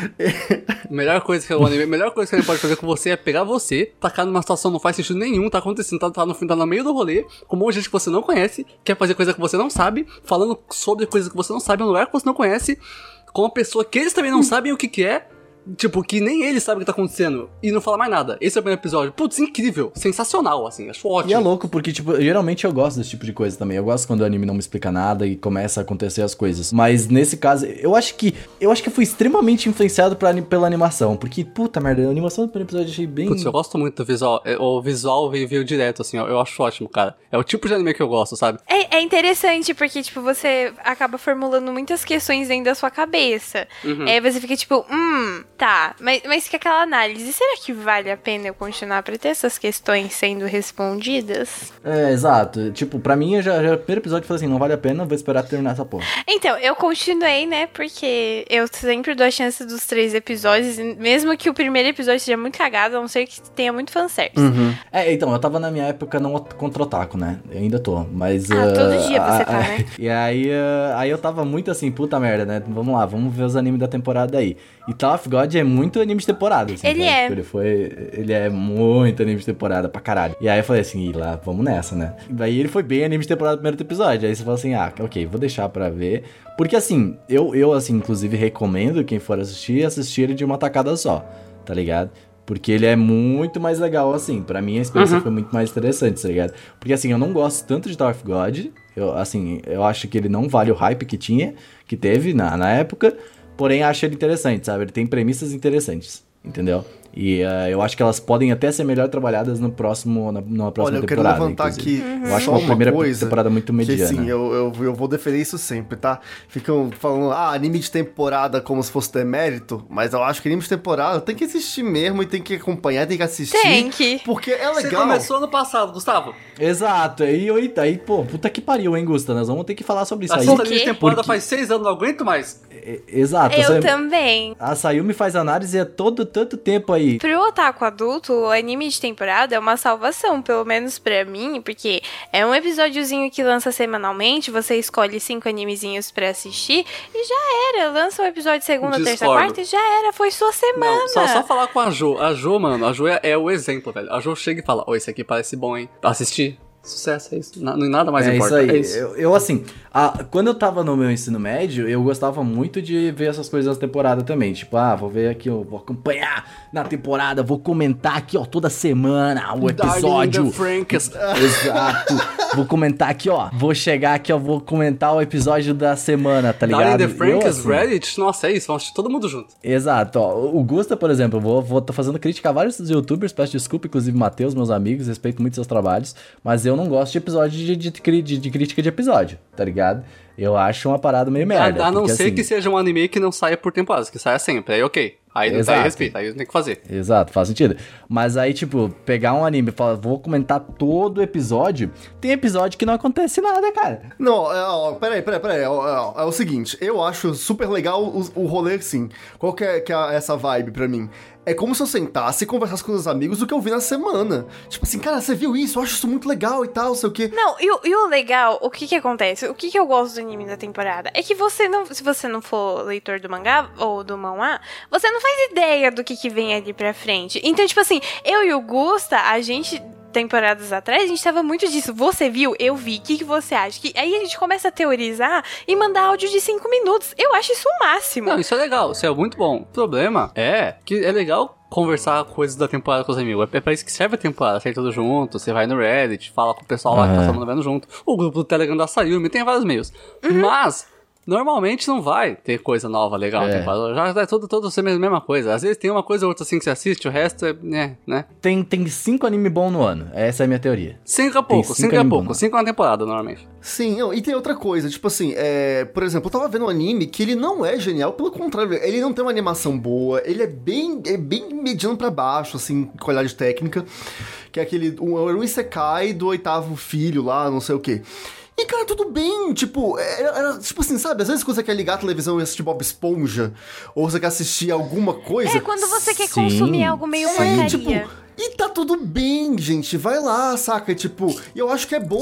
Melhor coisa que o anime, melhor coisa que ele pode fazer com você é pegar você, tacar numa situação que não faz sentido nenhum, tá acontecendo, tá, tá, no, tá no meio do rolê, com um monte de gente que você não conhece, quer fazer coisa que você não sabe, falando sobre coisas que você não sabe, um lugar que você não conhece, com uma pessoa que eles também não sabem o que que é, tipo, que nem ele sabe o que tá acontecendo e não fala mais nada. Esse é o primeiro episódio. Putz, incrível, sensacional, assim, acho ótimo. E é louco porque, tipo, geralmente eu gosto desse tipo de coisa também. Eu gosto quando o anime não me explica nada e começa a acontecer as coisas. Mas nesse caso, eu acho que eu acho que fui extremamente influenciado pra, pela animação. Porque, puta merda, a animação do primeiro episódio eu achei bem... Putz, eu gosto muito do visual. O visual veio, veio direto, assim, ó, eu acho ótimo, cara. É o tipo de anime que eu gosto, sabe? É, é interessante porque, tipo, você acaba formulando muitas questões dentro da sua cabeça. Uhum. Aí você fica tipo, hum, tá, mas, mas fica aquela análise. Será que vale a pena eu continuar pra ter essas questões sendo respondidas? É, exato. Tipo, pra mim, eu já, já no primeiro episódio eu falei assim, não vale a pena, vou esperar terminar essa porra. Então, eu continuei, né, porque eu sempre dou a chance dos três episódios, mesmo que o primeiro episódio seja muito cagado, a não ser que tenha muito fanservice. Uhum. É, então, eu tava na minha época não contra o otaku, né? Eu ainda tô, mas... Ah, uh, todo dia você uh, tá, uh, né? E aí, uh, aí eu tava muito assim, puta merda, né? Vamos lá, vamos ver os animes da temporada aí. E Tower of God é muito anime de temporada, assim. Ele tá? é. Tipo, ele foi... Ele é muito anime de temporada pra caralho. E aí eu falei assim, lá, vamos nessa, né? E aí ele foi bem anime de temporada no primeiro episódio. Aí você fala assim, ah, ok, vou deixar pra ver. Porque assim, eu, eu assim, inclusive recomendo quem for assistir, assistir ele de uma tacada só, tá ligado? Porque ele é muito mais legal, assim. Pra mim, a experiência Uhum. foi muito mais interessante, tá ligado? Porque, assim, eu não gosto tanto de Tower of God. Eu, assim, eu acho que ele não vale o hype que tinha, que teve na, na época. Porém, acho ele interessante, sabe? Ele tem premissas interessantes, entendeu? E uh, eu acho que elas podem até ser melhor trabalhadas no próximo, na, numa próxima Olha, eu temporada. quero levantar inclusive. aqui Uhum. Eu acho só uma uma primeira coisa temporada muito mediana. Que, sim, eu, eu, eu vou defender isso sempre, tá? Ficam falando, ah, anime de temporada como se fosse demérito, mas eu acho que anime de temporada tem que existir mesmo e tem que acompanhar, tem que assistir. Tem que. Porque é Você legal. começou ano passado, Gustavo. Exato. E aí, aí, pô, puta que pariu, hein, Gusta? Nós vamos ter que falar sobre isso aí. Assista quê? anime de temporada Porque- faz seis anos, não aguento mais. É, Exato. Eu essa- também. A Sayumi faz análise há todo tanto tempo aí. Pro otaku adulto, o anime de temporada é uma salvação, pelo menos pra mim, porque é um episódiozinho que lança semanalmente, você escolhe cinco animezinhos pra assistir e já era. Lança um episódio segunda, terça, Discordo. quarta e já era. Foi sua semana. Não, só, só falar com a Jo. A Jo, mano, a Jo é, é o exemplo, velho. A Jo chega e fala, ô, esse aqui parece bom, hein? Assistir. Sucesso, é isso. Na- nada mais É importa. isso aí. É isso. Eu, eu, assim, a- quando eu tava no meu ensino médio, eu gostava muito de ver essas coisas na temporada também. Tipo, ah, vou ver aqui, eu vou acompanhar na temporada, vou comentar aqui, ó, toda semana o episódio. Darling in the Franks. Exato. Vou comentar aqui, ó. Vou chegar aqui, ó, vou comentar o episódio da semana, tá ligado? Darling in the Franks, Eu, assim, Reddit, nossa, é isso. Vamos assistir todo mundo junto. Exato, ó. O Gusta, por exemplo, eu vou, vou tô fazendo crítica a vários youtubers, peço desculpa, inclusive Matheus, meus amigos, respeito muito seus trabalhos, mas eu não gosto de episódio de, de, de, de, de crítica de episódio, tá ligado? Eu acho uma parada meio merda. a, a não porque, ser assim, que seja um anime que não saia por temporadas, que saia sempre. Aí ok. Aí não Exato. tá respeito, aí tem que fazer. Exato, faz sentido. Mas aí, tipo, pegar um anime e falar, vou comentar todo o episódio, tem episódio que não acontece nada, cara. Não, é, ó, peraí, peraí, peraí. É, é, é o seguinte, eu acho super legal o, o rolê assim. Qual que é, que é essa vibe pra mim? É como se eu sentasse e conversasse com os amigos do que eu vi na semana. Tipo assim, cara, você viu isso? Eu acho isso muito legal e tal, sei o quê. Não, e o, e o legal, o que que acontece? O que que eu gosto do anime da temporada? É que você não, se você não for leitor do mangá ou do manhwa, você não faz ideia do que que vem ali pra frente. Então, tipo assim, eu e o Gusta, a gente... temporadas atrás, a gente tava muito disso. Você viu? Eu vi. O que, que você acha? Que... Aí a gente começa a teorizar e mandar áudio de cinco minutos. Eu acho isso o máximo. Não, isso é legal, isso é muito bom. O problema é que é legal conversar coisas da temporada com os amigos. É pra isso que serve a temporada. Sai tudo junto, você vai no Reddit, fala com o pessoal lá que tá todo mundo vendo junto. O grupo do Telegram da Sayumi, tem vários meios. Mas... normalmente não vai ter coisa nova legal na É. temporada. Já é tudo, tudo a mesma coisa. Às vezes tem uma coisa ou outra assim que você assiste, o resto é, né, né? Tem, tem cinco anime bom no ano. Essa é a minha teoria. Cinco a pouco, cinco cinco a anime pouco. bom, né? Cinco na temporada, normalmente. Sim, não, e tem outra coisa, tipo assim, é, por exemplo, eu tava vendo um anime que ele não é genial, pelo contrário, ele não tem uma animação boa, ele é bem, é bem mediano pra baixo, assim, com qualidade técnica, que é aquele, um, um Isekai do oitavo filho lá, não sei o quê. E, cara, tudo bem, tipo, era, era, tipo assim, sabe, às vezes quando você quer ligar a televisão e assistir Bob Esponja, ou você quer assistir alguma coisa... É quando você quer Sim, consumir algo meio sim. porcaria. É, tipo, e tá tudo bem, gente, vai lá, saca? Tipo, e eu acho que é bom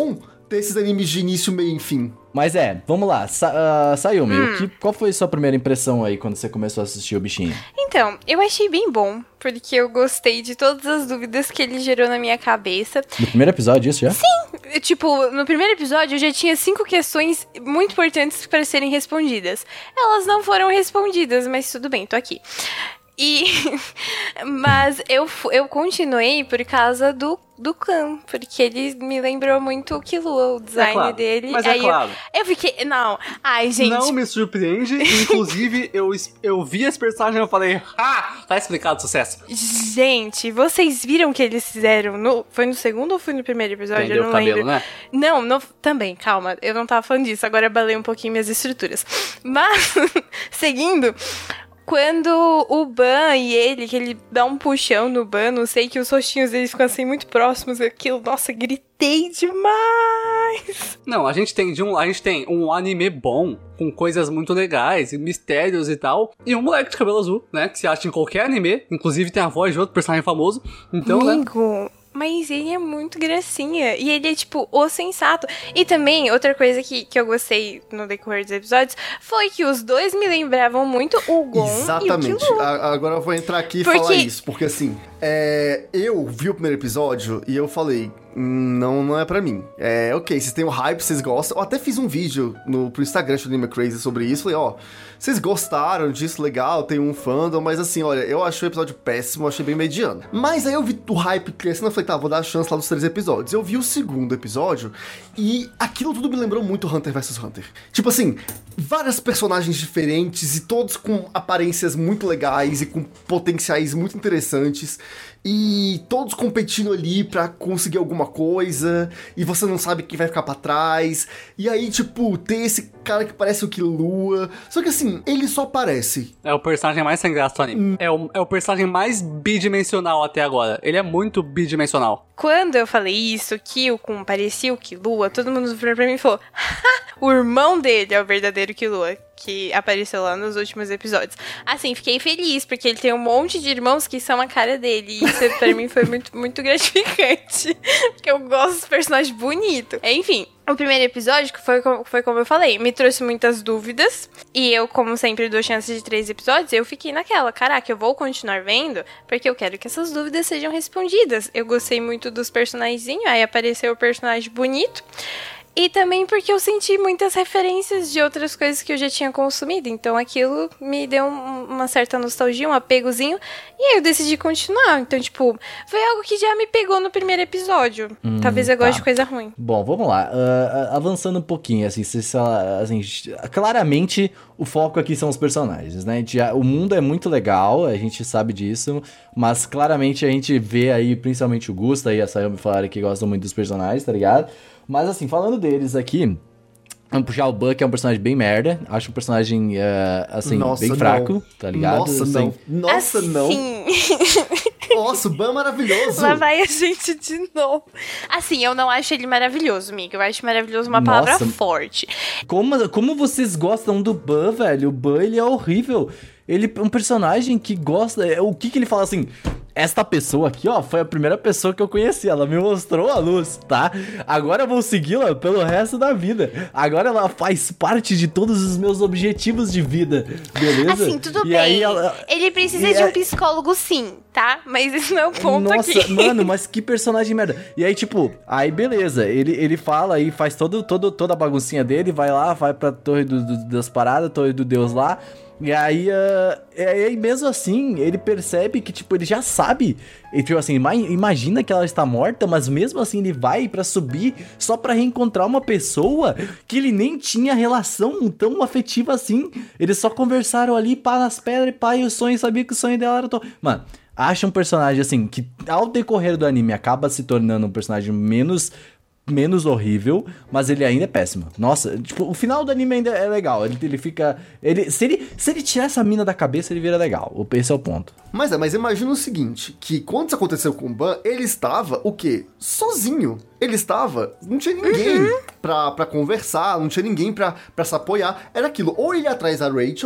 ter esses animes de início, meio e fim. Mas é, vamos lá. Sa uh, Sayumi, hum. o que, qual foi a sua primeira impressão aí quando você começou a assistir o bichinho? Então, eu achei bem bom, porque eu gostei de todas as dúvidas que ele gerou na minha cabeça. No primeiro episódio, isso já? Sim! Tipo, no primeiro episódio eu já tinha cinco questões muito importantes para serem respondidas. Elas não foram respondidas, mas tudo bem, tô aqui. E... Mas eu, eu continuei por causa do, do Khan, porque ele me lembrou muito o Killua, o design é claro, dele. Mas Aí é claro. Eu, eu fiquei... Não, ai, gente... Não me surpreende, inclusive eu, eu vi esse personagem e eu falei, ah, tá explicado o sucesso. Gente, vocês viram que eles fizeram no... Foi no segundo ou foi no primeiro episódio? Prendeu eu não o cabelo, lembro. né? Não, não, também, calma, eu não tava falando disso, agora eu balei um pouquinho minhas estruturas. Mas, seguindo... Quando o Ban e ele, que ele dá um puxão no Ban, não sei, que os rostinhos deles ficam assim muito próximos, aquilo, nossa, gritei demais! Não, a gente tem de um, a gente tem um anime bom, com coisas muito legais, e mistérios e tal, e um moleque de cabelo azul, né, que se acha em qualquer anime, inclusive tem a voz de outro personagem famoso, então, Amigo, né... Mas ele é muito gracinha. E ele é, tipo, o sensato. E também, outra coisa que, que eu gostei no decorrer dos episódios foi que os dois me lembravam muito o Gon Exatamente. e o Killua. A, agora eu vou entrar aqui e Porque... falar isso. Porque, assim, é, eu vi o primeiro episódio e eu falei... Não, não é pra mim. É, ok, vocês têm o hype, vocês gostam. Eu até fiz um vídeo no, pro Instagram do Anime Crazy sobre isso. Falei, ó, vocês gostaram disso, legal, tem um fandom, mas assim, olha, eu achei o episódio péssimo, achei bem mediano. Mas aí eu vi o hype crescendo, eu falei, tá, vou dar a chance lá dos três episódios. Eu vi o segundo episódio e aquilo tudo me lembrou muito Hunter versus Hunter. Tipo assim, vários personagens diferentes e todos com aparências muito legais e com potenciais muito interessantes. E todos competindo ali pra conseguir alguma coisa, e você não sabe quem vai ficar pra trás. E aí, tipo, tem esse cara que parece o Killua. Só que assim, ele só parece. É o personagem mais sem graça do anime. Hum. É, o, é o personagem mais bidimensional até agora. Ele é muito bidimensional. Quando eu falei isso, que o Kun parecia o Killua, todo mundo virou pra mim e falou: o irmão dele é o verdadeiro Killua, que apareceu lá nos últimos episódios. Assim, fiquei feliz, porque ele tem um monte de irmãos que são a cara dele. E isso pra mim foi muito, muito gratificante. Porque eu gosto dos personagens bonitos. Enfim, o primeiro episódio, que foi, foi como eu falei, me trouxe muitas dúvidas. E eu, como sempre, dou chance de três episódios. Eu fiquei naquela, caraca, eu vou continuar vendo, porque eu quero que essas dúvidas sejam respondidas. Eu gostei muito dos personagens, aí apareceu o personagem bonito. E também porque eu senti muitas referências de outras coisas que eu já tinha consumido. Então aquilo me deu um, uma certa nostalgia, um apegozinho. E aí eu decidi continuar. Então, tipo, foi algo que já me pegou no primeiro episódio. Hum, Talvez eu tá. goste de coisa ruim. Bom, vamos lá. Uh, avançando um pouquinho, assim, se, assim, claramente o foco aqui são os personagens, né? Já, o mundo é muito legal, a gente sabe disso. Mas claramente a gente vê aí, principalmente o Gusta e a Sayumi falaram que gostam muito dos personagens, tá ligado? Mas assim, falando deles aqui, vamos puxar o Ban, que é um personagem bem merda. Acho um personagem, uh, assim, Nossa, bem não. fraco, tá ligado? Nossa, assim, não. Nossa, assim... não. Nossa, o Ban é maravilhoso. Lá vai a gente de novo. Assim, eu não acho ele maravilhoso, amiga. Eu acho maravilhoso uma palavra Nossa. forte. Como, como vocês gostam do Ban, velho? O Ban, ele é horrível. Ele é um personagem que gosta... O que que ele fala assim... Esta pessoa aqui, ó, foi a primeira pessoa que eu conheci. Ela me mostrou a luz, tá? Agora eu vou segui-la pelo resto da vida. Agora ela faz parte de todos os meus objetivos de vida, beleza? Assim, tudo e bem. Aí ela... Ele precisa e de é... um psicólogo, sim, tá? Mas isso não é o ponto Nossa, aqui. mano, mas que personagem merda. E aí, tipo, aí beleza. Ele, ele fala e faz todo, todo, toda a baguncinha dele. Vai lá, vai pra torre do, do, das paradas, torre do Deus lá. E aí, uh, e aí, mesmo assim, ele percebe que, tipo, ele já sabe. E, tipo assim, imagina que ela está morta, mas mesmo assim ele vai pra subir só pra reencontrar uma pessoa que ele nem tinha relação tão afetiva assim. Eles só conversaram ali, pá, nas pedras, e pá, e o sonho, sabia que o sonho dela era... To... Mano, acha um personagem, assim, que ao decorrer do anime acaba se tornando um personagem menos... menos horrível, mas ele ainda é péssimo. Nossa, tipo, o final do anime ainda é legal. Ele, ele fica... Ele, se, ele, se ele tirar essa mina da cabeça, ele vira legal. Esse é o ponto. Mas é, mas imagina o seguinte, que quando isso aconteceu com o Ban, ele estava, o quê? Sozinho. Ele estava... Não tinha ninguém uhum. pra, pra conversar, não tinha ninguém pra, pra se apoiar. Era aquilo, ou ele ia atrás da Rachel,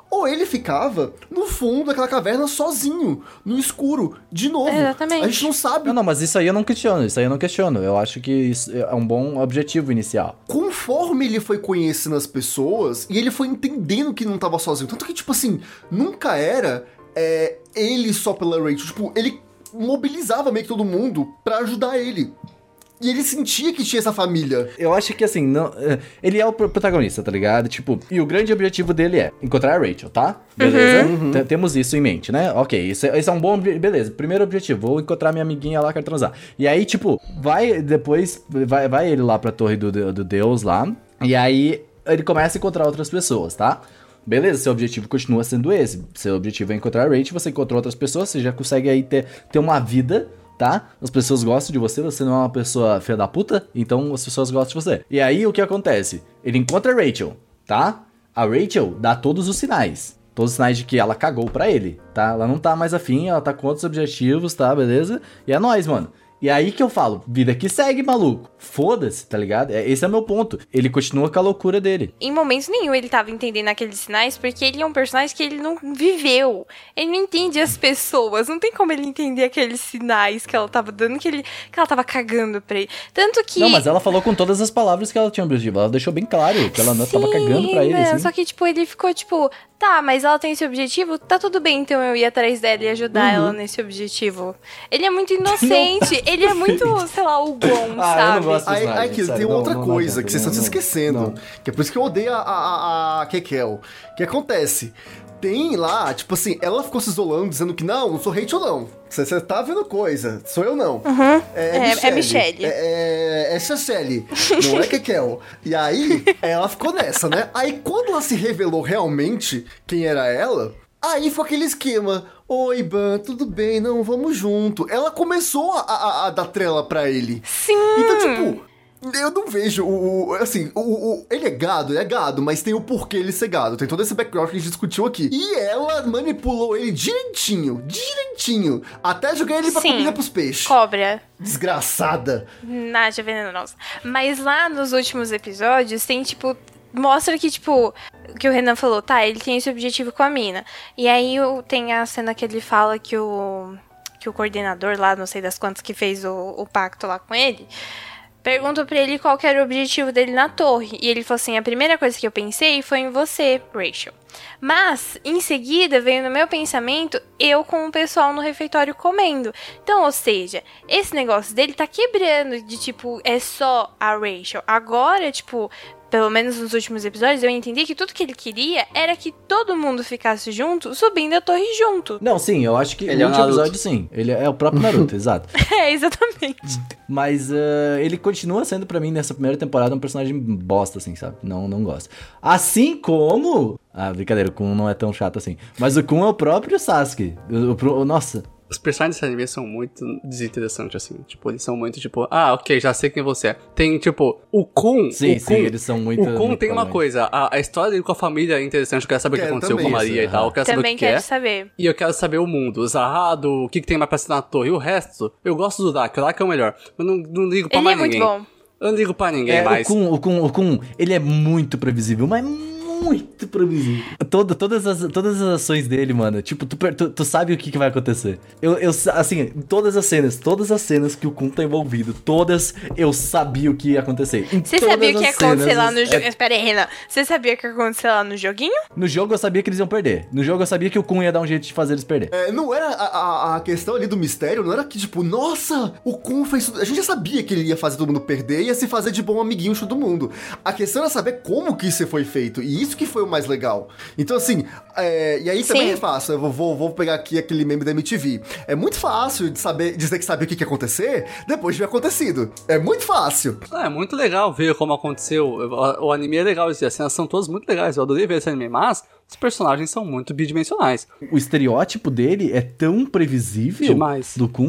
ou ele ficava no fundo daquela caverna sozinho, no escuro, de novo. Exatamente. A gente não sabe. Não, não, mas isso aí eu não questiono, isso aí eu não questiono. Eu acho que isso é um bom objetivo inicial. Conforme ele foi conhecendo as pessoas, e ele foi entendendo que não tava sozinho. Tanto que, tipo assim, nunca era é, ele só pela Rachel. Tipo, ele mobilizava meio que todo mundo pra ajudar ele. E ele sentia que tinha essa família. Eu acho que, assim, não, ele é o protagonista, tá ligado? Tipo, e o grande objetivo dele é encontrar a Rachel, tá? Beleza? Uhum. T- temos isso em mente, né? Ok, isso é, isso é um bom... Beleza, primeiro objetivo, vou encontrar minha amiguinha lá, quero transar. E aí, tipo, vai depois... Vai, vai ele lá pra torre do, do Deus lá. E aí, ele começa a encontrar outras pessoas, tá? Beleza, seu objetivo continua sendo esse. Seu objetivo é encontrar a Rachel, você encontrou outras pessoas, você já consegue aí ter, ter uma vida... Tá? As pessoas gostam de você, você não é uma pessoa filha da puta, então as pessoas gostam de você. E aí, o que acontece? Ele encontra a Rachel, tá? A Rachel dá todos os sinais. Todos os sinais de que ela cagou pra ele, tá? Ela não tá mais afim, ela tá com outros objetivos, tá? Beleza? E é nóis, mano. E aí que eu falo, vida que segue, maluco. Foda-se, tá ligado? Esse é o meu ponto. Ele continua com a loucura dele. Em momentos nenhum ele tava entendendo aqueles sinais, porque ele é um personagem que ele não viveu. Ele não entende as pessoas. Não tem como ele entender aqueles sinais que ela tava dando, que, ele, que ela tava cagando pra ele. Tanto que... Não, mas ela falou com todas as palavras que ela tinha objetivo. Ela deixou bem claro que ela não tava cagando pra ele, assim. Só que, tipo, ele ficou, tipo... Tá, mas ela tem esse objetivo? Tá tudo bem, então eu ir atrás dela e ajudar uhum. ela nesse objetivo. Ele é muito inocente. Ele é muito, sei lá, o Gon, ah, sabe? Eu não gosto aí, aí que tem não, outra não, coisa não, que vocês não, estão se esquecendo. Não. Que é por isso que eu odeio a, a, a Kekel. O que acontece? Tem lá, tipo assim, ela ficou se isolando, dizendo que não, não sou Rachel não. Você tá vendo coisa, sou eu não. Uhum. É, é, Michelle. é Michelle. É, é, é Cecily, não é Kekel. E aí, ela ficou nessa, né? Aí quando ela se revelou realmente quem era ela, aí foi aquele esquema. Oi, Ban, tudo bem? Não, vamos junto. Ela começou a, a, a dar trela pra ele. Sim. Então, tipo... Eu não vejo o... o assim, o, o, ele é gado, ele é gado, mas tem o porquê ele ser gado. Tem todo esse background que a gente discutiu aqui. E ela manipulou ele direitinho, direitinho, até jogar ele pra Sim, comida pros peixes. Cobra. Desgraçada. Naja venenosa. Mas lá nos últimos episódios tem, tipo... Mostra que, tipo... O que o Renan falou, tá, ele tem esse objetivo com a mina. E aí tem a cena que ele fala que o... Que o coordenador lá, não sei das quantas, que fez o, o pacto lá com ele... Perguntou pra ele qual que era o objetivo dele na torre. E ele falou assim, a primeira coisa que eu pensei foi em você, Rachel. Mas, em seguida, veio no meu pensamento, eu com o pessoal no refeitório comendo. Então, ou seja, esse negócio dele tá quebrando de, tipo, é só a Rachel. Agora, tipo... Pelo menos nos últimos episódios, eu entendi que tudo que ele queria era que todo mundo ficasse junto, subindo a torre junto. Não, sim, eu acho que ele no é último episódio, sim. Ele é o próprio Naruto, exato. É, exatamente. Mas uh, ele continua sendo, pra mim, nessa primeira temporada, um personagem bosta, assim, sabe? Não, não gosto. Assim como... Ah, brincadeira, o Kun não é tão chato assim. Mas o Kun é o próprio Sasuke. O, o, o, nossa... Os personagens desse anime são muito desinteressantes, assim. Tipo, eles são muito, tipo... Ah, ok, já sei quem você é. Tem, tipo... O Kun... Sim, o sim, Kun, eles são muito... O Kun muito tem uma provavelmente. coisa. A, a história dele com a família é interessante. Eu quero saber o que Quero aconteceu também, com a Maria isso, e tal. Eu quero Também saber o que quero é. saber. E eu quero saber o mundo. O Zahado, o que, que tem mais pra ser na torre. E o resto, eu gosto do Daki. O Daki é o melhor. Eu não, não ligo pra Ele mais é muito ninguém. bom. Eu não ligo pra ninguém É, mais. o Kun, o Kun, o Kun, ele é muito previsível, mas muito previsível. Todo, todas, as, todas as ações dele, mano, tipo, tu, tu, tu sabe o que, que vai acontecer. Eu, eu, assim, todas as cenas, todas as cenas que o Kun tá envolvido, todas eu sabia o que ia acontecer. Em Você sabia o que ia acontecer cenas, lá no jogo? é... Espera aí, Renan. Você sabia o que ia acontecer lá no joguinho? No jogo eu sabia que eles iam perder. No jogo eu sabia que o Kun ia dar um jeito de fazer eles perder. É, não era a, a, a questão ali do mistério, não era que, tipo, nossa, o Kun fez tudo. A gente já sabia que ele ia fazer todo mundo perder e ia se fazer de bom amiguinho de todo mundo. A questão era saber como que isso foi feito. E isso que foi o mais legal. Então, assim, é, e aí também Sim. é fácil. Eu vou, vou pegar aqui aquele meme da M T V. É muito fácil de saber, dizer que sabe o que, que ia acontecer depois de ter acontecido. É muito fácil. Ah, é muito legal ver como aconteceu. O, o anime é legal, as cenas são todas muito legais. Eu adorei ver esse anime, mas os personagens são muito bidimensionais. O estereótipo dele é tão previsível Demais. do Kun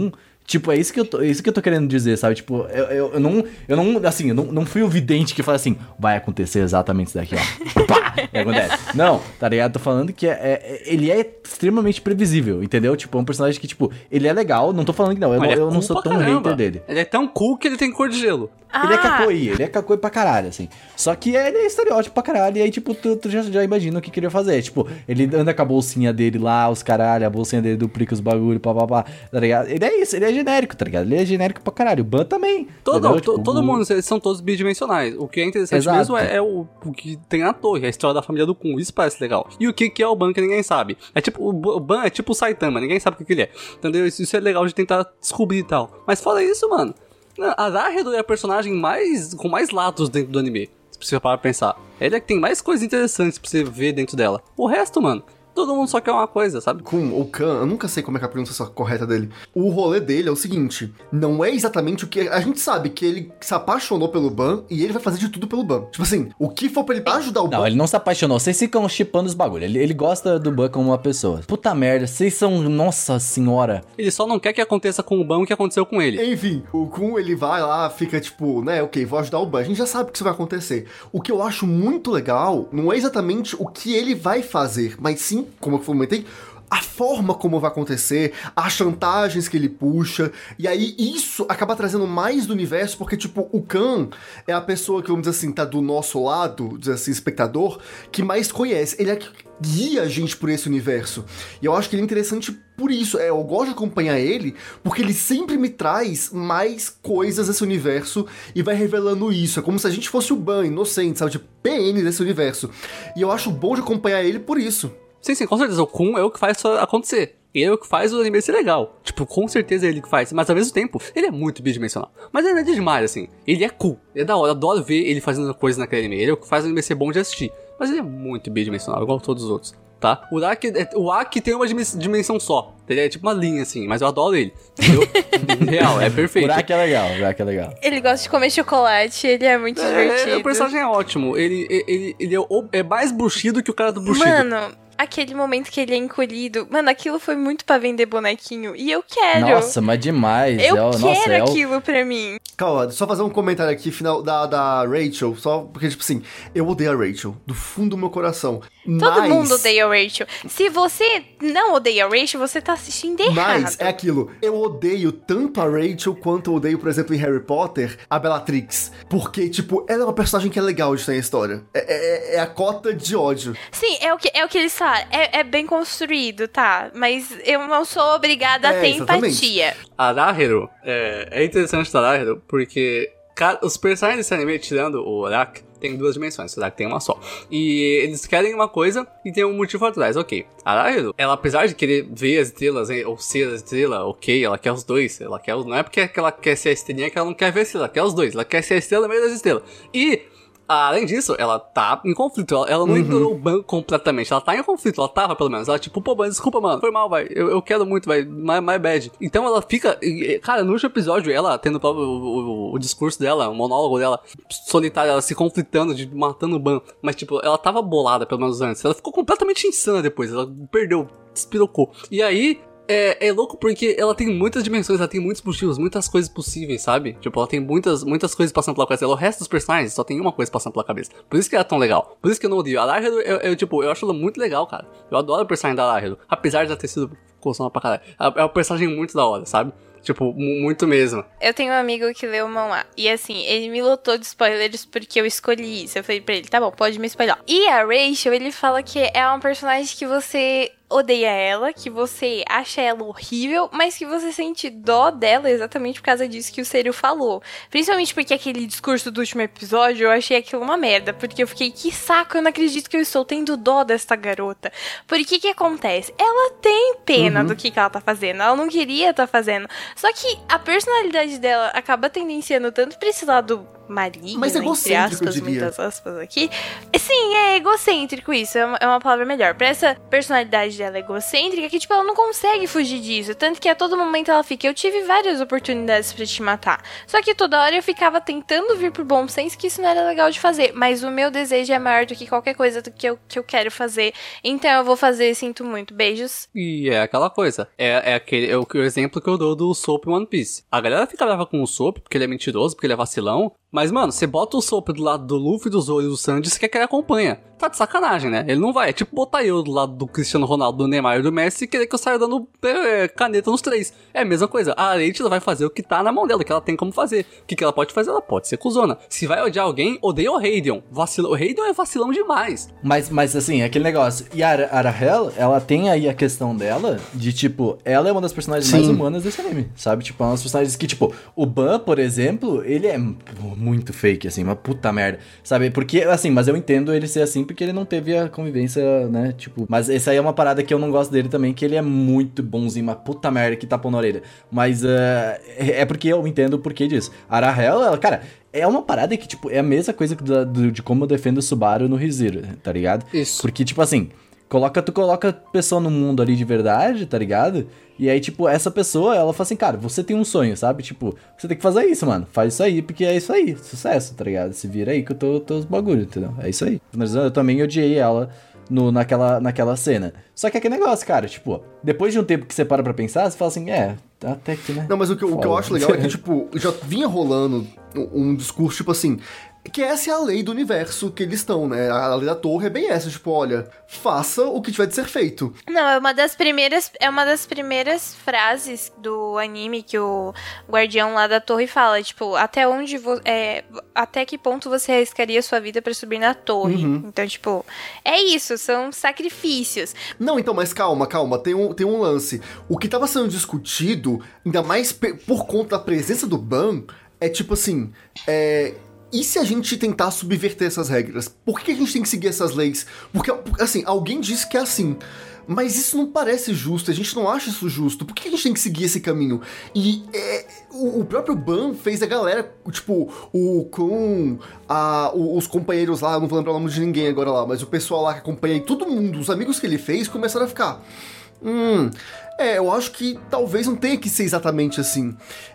Tipo, é isso que eu tô, é isso que eu tô querendo dizer, sabe? Tipo, eu, eu, eu não, eu não, assim, eu não, não fui o vidente que fala assim, vai acontecer exatamente isso daqui, ó. Pá! E acontece. Não, tá ligado? Tô falando que é, é, ele é extremamente previsível, entendeu? Tipo, é um personagem que, tipo, ele é legal, não tô falando que não, eu, não, Ele é eu não cool sou pra tão caramba. hater dele. Ele é tão cool que ele tem cor de gelo. Ele é Ah, cacoi, ele é cacoi pra caralho, assim. Só que ele é estereótipo pra caralho, e aí, tipo, tu, tu já, já imagina o que queria fazer. Tipo, ele anda com a bolsinha dele lá, os caralho, a bolsinha dele duplica os bagulho, papapá, tá ligado? Ele é isso, ele é genérico, tá ligado? Ele é genérico pra caralho. O Ban também. Todo, entendeu? to, Tipo, todo o- mundo, eles são todos bidimensionais. O que é interessante Exato. mesmo é, é o, o que tem na torre, a história da família do Kun. Isso parece legal. E o que, que é o Ban que ninguém sabe? É tipo, o, Ban- o Ban é tipo o Saitama, ninguém sabe o que, que ele é. Entendeu? Isso, isso é legal de tentar descobrir e tal. Mas fora isso, mano, a Arahido é a personagem mais, com mais lados dentro do anime. Se você parar pra pensar. Ele é que tem mais coisas interessantes pra você ver dentro dela. O resto, mano, todo mundo só quer uma coisa, sabe? Com o Khan, eu nunca sei como é que é a pronúncia correta dele. O rolê dele é o seguinte, não é exatamente o que... A gente sabe que ele se apaixonou pelo Ban e ele vai fazer de tudo pelo Ban. Tipo assim, o que for pra ele ajudar o Não, Ban... ele não se apaixonou. Vocês ficam chipando os bagulho. Ele, ele gosta do Ban como uma pessoa. Puta merda, vocês são... Nossa senhora. Ele só não quer que aconteça com o Ban o que aconteceu com ele. Enfim, o Kun, ele vai lá, fica tipo, né, ok, vou ajudar o Ban. A gente já sabe que isso vai acontecer. O que eu acho muito legal não é exatamente o que ele vai fazer, mas sim, como eu comentei, a forma como vai acontecer, as chantagens que ele puxa, e aí isso acaba trazendo mais do universo, porque, tipo, o Khan é a pessoa que, vamos dizer assim, tá do nosso lado, dizer assim, espectador, que mais conhece. Ele é que guia a gente por esse universo. E eu acho que ele é interessante por isso. É, eu gosto de acompanhar ele, porque ele sempre me traz mais coisas desse universo e vai revelando isso. É como se a gente fosse o Ban, inocente, sabe, de P N desse universo. E eu acho bom de acompanhar ele por isso. Sim, sim, com certeza. O Kun é o que faz isso acontecer. Ele é o que faz o anime ser legal. Tipo, com certeza é ele que faz. Mas ao mesmo tempo, ele é muito bidimensional. Mas ele é demais, assim. Ele é cool. Ele é da hora. Eu adoro ver ele fazendo coisas naquele anime. Ele é o que faz o anime ser bom de assistir. Mas ele é muito bidimensional, igual todos os outros. Tá? O Aki, o Aki tem uma dimensão só. Ele é tipo uma linha, assim. Mas eu adoro ele. Entendeu? Real, é perfeito. O Uraki é legal, o Uraki é legal. ele gosta de comer chocolate, ele é muito É, divertido. o personagem é ótimo. Ele, ele, ele é, o- é mais bruxido que o cara do bruxido. Mano, aquele momento que ele é encolhido, mano, aquilo foi muito pra vender bonequinho. E eu quero. Nossa, mas demais. eu é, o- quero nossa, é o- aquilo pra mim. Calma, só fazer um comentário aqui, final da, da Rachel, só porque, tipo assim, eu odeio a Rachel, do fundo do meu coração. Todo mas, mundo odeia a Rachel. Se você não odeia a Rachel, você tá assistindo errado. Mas é aquilo, eu odeio tanto a Rachel quanto eu odeio, por exemplo, em Harry Potter, a Bellatrix. Porque, tipo, ela é uma personagem que é legal de ter na história. É, é, é a cota de ódio. Sim, é o que, é o que eles falam. É, é bem construído, tá? Mas eu não sou obrigada a É, ter exatamente. empatia. Arahiro, é, é interessante do Arahiro, porque cara, os personagens desse anime, tirando o Araki, tem duas dimensões, o Araki tem uma só. E eles querem uma coisa e tem um motivo atrás, ok. Arahiro, ela apesar de querer ver as estrelas, hein, ou ser a estrela, ok, ela quer os dois. Ela quer os, não é porque ela quer ser a estrelinha que ela não quer ver a estrela, ela quer os dois. Ela quer ser a estrela no meio das estrelas. E... além disso, ela tá em conflito. Ela, ela não Uhum. ignorou o Ban completamente. Ela tá em conflito. Ela tava, pelo menos. Ela, tipo, pô, Ban, desculpa, mano. Foi mal, vai. Eu, eu quero muito, vai. My, my bad. Então ela fica... e- e, cara, no último episódio, ela tendo o, próprio- o, o, o discurso dela, o monólogo dela, solitária, ela se conflitando, de, matando o Ban. Mas, tipo, ela tava bolada, pelo menos antes. Ela ficou completamente insana depois. Ela perdeu, despirocou. E aí... É, é louco porque ela tem muitas dimensões, ela tem muitos motivos, muitas coisas possíveis, sabe? Tipo, ela tem muitas, muitas coisas passando pela cabeça dela. O resto dos personagens só tem uma coisa passando pela cabeça. Por isso que ela é tão legal. Por isso que eu não odeio. A Arahiro, eu, eu, tipo, eu acho ela muito legal, cara. Eu adoro o personagem da Arahiro. Apesar de ela ter sido coçando pra caralho. É um personagem muito da hora, sabe? Tipo, mu- muito mesmo. Eu tenho um amigo que leu o manhwa. E assim, ele me lotou de spoilers porque eu escolhi isso. Eu falei pra ele, tá bom, pode me spoiler. E a Rachel, ele fala que é uma personagem que você odeia ela, que você acha ela horrível, mas que você sente dó dela exatamente por causa disso que o Serio falou. Principalmente porque aquele discurso do último episódio, eu achei aquilo uma merda. Porque eu fiquei, que saco, eu não acredito que eu estou tendo dó dessa garota. Por que que acontece? Ela tem pena do que, que ela tá fazendo. Ela não queria tá fazendo. Só que a personalidade dela acaba tendenciando tanto pra esse lado maligno, Mas entre aspas, eu diria. muitas aspas aqui. Sim, é egocêntrico isso, é uma, é uma palavra melhor. Pra essa personalidade dela egocêntrica, que tipo, ela não consegue fugir disso. Tanto que a todo momento ela fica, eu tive várias oportunidades pra te matar. Só que toda hora eu ficava tentando vir pro bom senso que isso não era legal de fazer. Mas o meu desejo é maior do que qualquer coisa do que eu, que eu quero fazer. Então eu vou fazer, sinto muito. Beijos. E é aquela coisa. É, é aquele é o, o exemplo que eu dou do Soap em One Piece. A galera fica brava com o Soap porque ele é mentiroso, porque ele é vacilão. Mas, mano, você bota o Soap do lado do Luffy, do Zoro e do Sanji, você quer que ele acompanha. Tá de sacanagem, né? Ele não vai. É tipo botar eu do lado do Cristiano Ronaldo, do Neymar e do Messi e querer que eu saia dando é, caneta nos três. É a mesma coisa. A Arate vai fazer o que tá na mão dela, o que ela tem como fazer. O que, que ela pode fazer? Ela pode ser cuzona. Se vai odiar alguém, odeia o Raiden. Vacilão. O Raiden é vacilão demais. Mas, mas assim, aquele negócio. E a Ara- Arahel, ela tem aí a questão dela de, tipo, ela é uma das personagens Sim. mais humanas desse anime, sabe? Tipo, é uma das personagens que, tipo, o Ban, por exemplo, ele é muito fake, assim, uma puta merda, sabe? Porque, assim, mas eu entendo ele ser assim porque ele não teve a convivência, né? Tipo, mas essa aí é uma parada que eu não gosto dele também, que ele é muito bonzinho, uma puta merda que tapou na orelha. Mas uh, é porque eu entendo o porquê disso. A Arahel, ela, cara, é uma parada que, tipo, é a mesma coisa do, do, de como eu defendo o Subaru no ReZero, tá ligado? Isso. Porque, tipo assim, coloca, tu coloca a pessoa no mundo ali de verdade, tá ligado? E aí, tipo, essa pessoa, ela fala assim, cara, você tem um sonho, sabe? Tipo, você tem que fazer isso, mano. Faz isso aí, porque é isso aí. Sucesso, tá ligado? Se vira aí que eu tô, tô os bagulho, entendeu? É isso aí. Mas eu também odiei ela no, naquela, naquela cena. Só que é aquele negócio, cara, tipo, depois de um tempo que você para pra pensar, você fala assim, é, até que, né? Não, mas o que, o que eu acho legal é que, tipo, já vinha rolando um, um discurso, tipo assim, que essa é a lei do universo que eles estão, né? A lei da torre é bem essa, tipo, olha, faça o que tiver de ser feito. Não, é uma das primeiras, é uma das primeiras frases do anime que o guardião lá da torre fala, tipo, até onde vo, é, até que ponto você arriscaria sua vida pra subir na torre? Uhum. Então, tipo, é isso, são sacrifícios. Não, então, mas calma, calma, tem um, tem um lance. O que tava sendo discutido, ainda mais pe- por conta da presença do Ban, é tipo assim, é... E se a gente tentar subverter essas regras? Por que a gente tem que seguir essas leis? Porque, assim, alguém disse que é assim. Mas isso não parece justo, a gente não acha isso justo. Por que a gente tem que seguir esse caminho? E é, o, o próprio Ban fez a galera, tipo, o Kun, a, o, os companheiros lá, eu não vou lembrar o nome de ninguém agora lá, mas o pessoal lá que acompanha, e todo mundo, os amigos que ele fez, começaram a ficar... Hum, é, eu acho que talvez não tenha que ser exatamente assim.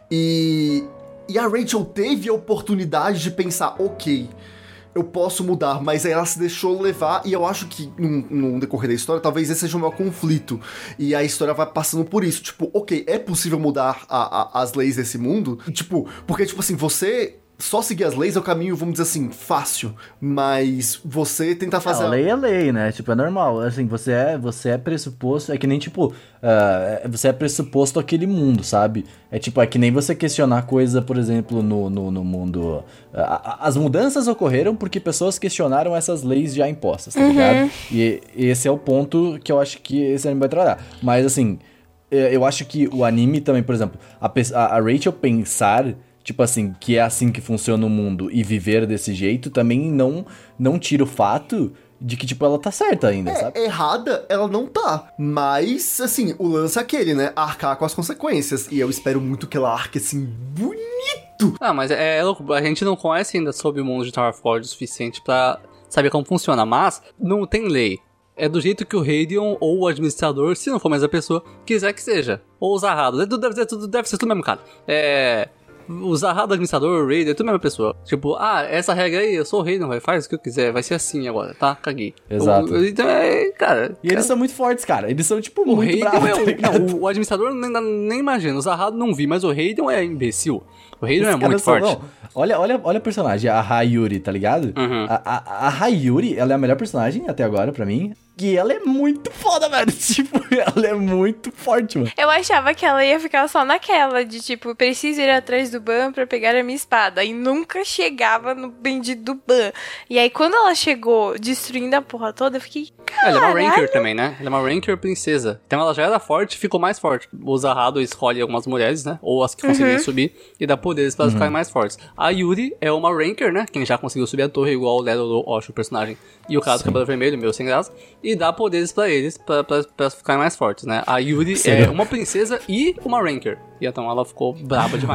E... E a Rachel teve a oportunidade de pensar, ok, eu posso mudar, mas aí ela se deixou levar, e eu acho que no, no decorrer da história, talvez esse seja o maior conflito. E a história vai passando por isso, tipo, ok, é possível mudar a, a, as leis desse mundo? E, tipo, porque, tipo assim, você... Só seguir as leis é o caminho, vamos dizer assim, fácil. Mas você tentar fazer... Não, lei é lei, né? Tipo, é normal. Assim, você é, você é pressuposto... É que nem, tipo... Uh, você é pressuposto aquele mundo, sabe? É tipo, é que nem você questionar coisa, por exemplo, no, no, no mundo... Uh, as mudanças ocorreram porque pessoas questionaram essas leis já impostas, tá Uhum. ligado? E esse é o ponto que eu acho que esse anime vai trabalhar. Mas, assim... Eu acho que o anime também, por exemplo... A, a Rachel pensar... Tipo assim, que é assim que funciona o mundo e viver desse jeito também não, não tira o fato de que, tipo, ela tá certa ainda, é, sabe? Errada, ela não tá. Mas, assim, o lance é aquele, né? Arcar com as consequências. E eu espero muito que ela arque, assim, bonito. Ah, mas é, é louco. A gente não conhece ainda sobre o mundo de Tower of God o suficiente pra saber como funciona. Mas não tem lei. É do jeito que o Raiden ou o administrador, se não for mais a pessoa, quiser que seja. Ou o Zarrado. Deve ser tudo, deve ser tudo mesmo, cara. É... O Zarrado, administrador, o Raiden, é tudo a mesma pessoa. Tipo, ah, essa regra aí, eu sou o Raiden, vai, faz o que eu quiser, vai ser assim agora, tá? Caguei. Exato. O, então, é, cara... E cara, eles são muito fortes, cara. Eles são, tipo, o muito Raiden bravos, é tá o, ligado? não, o administrador nem, nem imagina. O Zarrado não vi, mas o Raiden é imbecil. O Raiden é Os muito caras são- forte. não, olha, olha, olha a personagem, a Hayuri, tá ligado? Uhum. A, a, a Hayuri, ela é a melhor personagem até agora, pra mim. E ela é muito foda, velho. Tipo, ela é muito forte, mano. Eu achava que ela ia ficar só naquela de tipo, preciso ir atrás do Ban pra pegar a minha espada. E nunca chegava no bendito do Ban. E aí quando ela chegou destruindo a porra toda, eu fiquei, Ela é uma caralho. Ranker também, né? Ela é uma Ranker princesa. Então ela já era forte, ficou mais forte. O Zarrado escolhe algumas mulheres, né? Ou as que conseguem subir e dá poderes pra elas ficarem mais fortes. A Yuri é uma Ranker, né? Quem já conseguiu subir a torre, igual o Lero do Osho, o personagem. E o caso do Cabelo Vermelho, meu sem graça. E dá poderes pra eles, pra, pra, pra ficarem mais fortes, né? A Yuri Sério? é uma princesa e uma Ranker. E então ela ficou braba demais.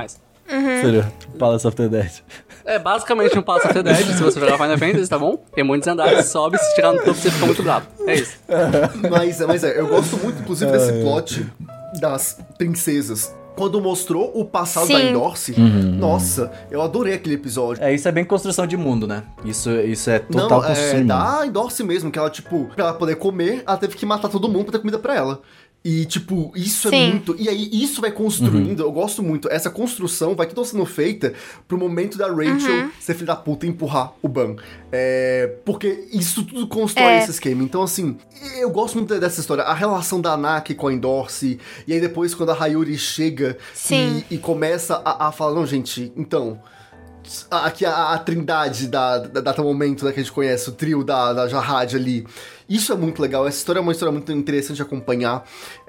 Uhum. Seria Palace of the Dead. É basicamente um Palace of the Dead, se você jogar Final Fantasy, tá bom? Tem muitos andares, sobe, se chegar no topo você fica muito bravo. É isso. Mas, mas é, eu gosto muito, inclusive, desse plot das princesas. Quando mostrou o passado Sim. da Endorse, Uhum. nossa, eu adorei aquele episódio. É, isso é bem construção de mundo, né? Isso, isso é total Não, construção é de mundo. da Endorse mesmo, que ela, tipo, pra ela poder comer, ela teve que matar todo mundo pra ter comida pra ela. E, tipo, isso Sim. é muito... E aí, isso vai construindo, eu gosto muito, essa construção vai toda sendo feita pro momento da Rachel ser filha da puta e empurrar o Ban. É, porque isso tudo constrói É. esse esquema. Então, assim, eu gosto muito dessa história. A relação da Anaki com a Endorse, e aí depois quando a Hayuri chega Sim. e, e começa a, a falar, não, gente, então... Aqui a, a trindade da, da data momento, né, que a gente conhece, o trio da, da Jahad ali. Isso é muito legal, essa história é uma história muito interessante de acompanhar.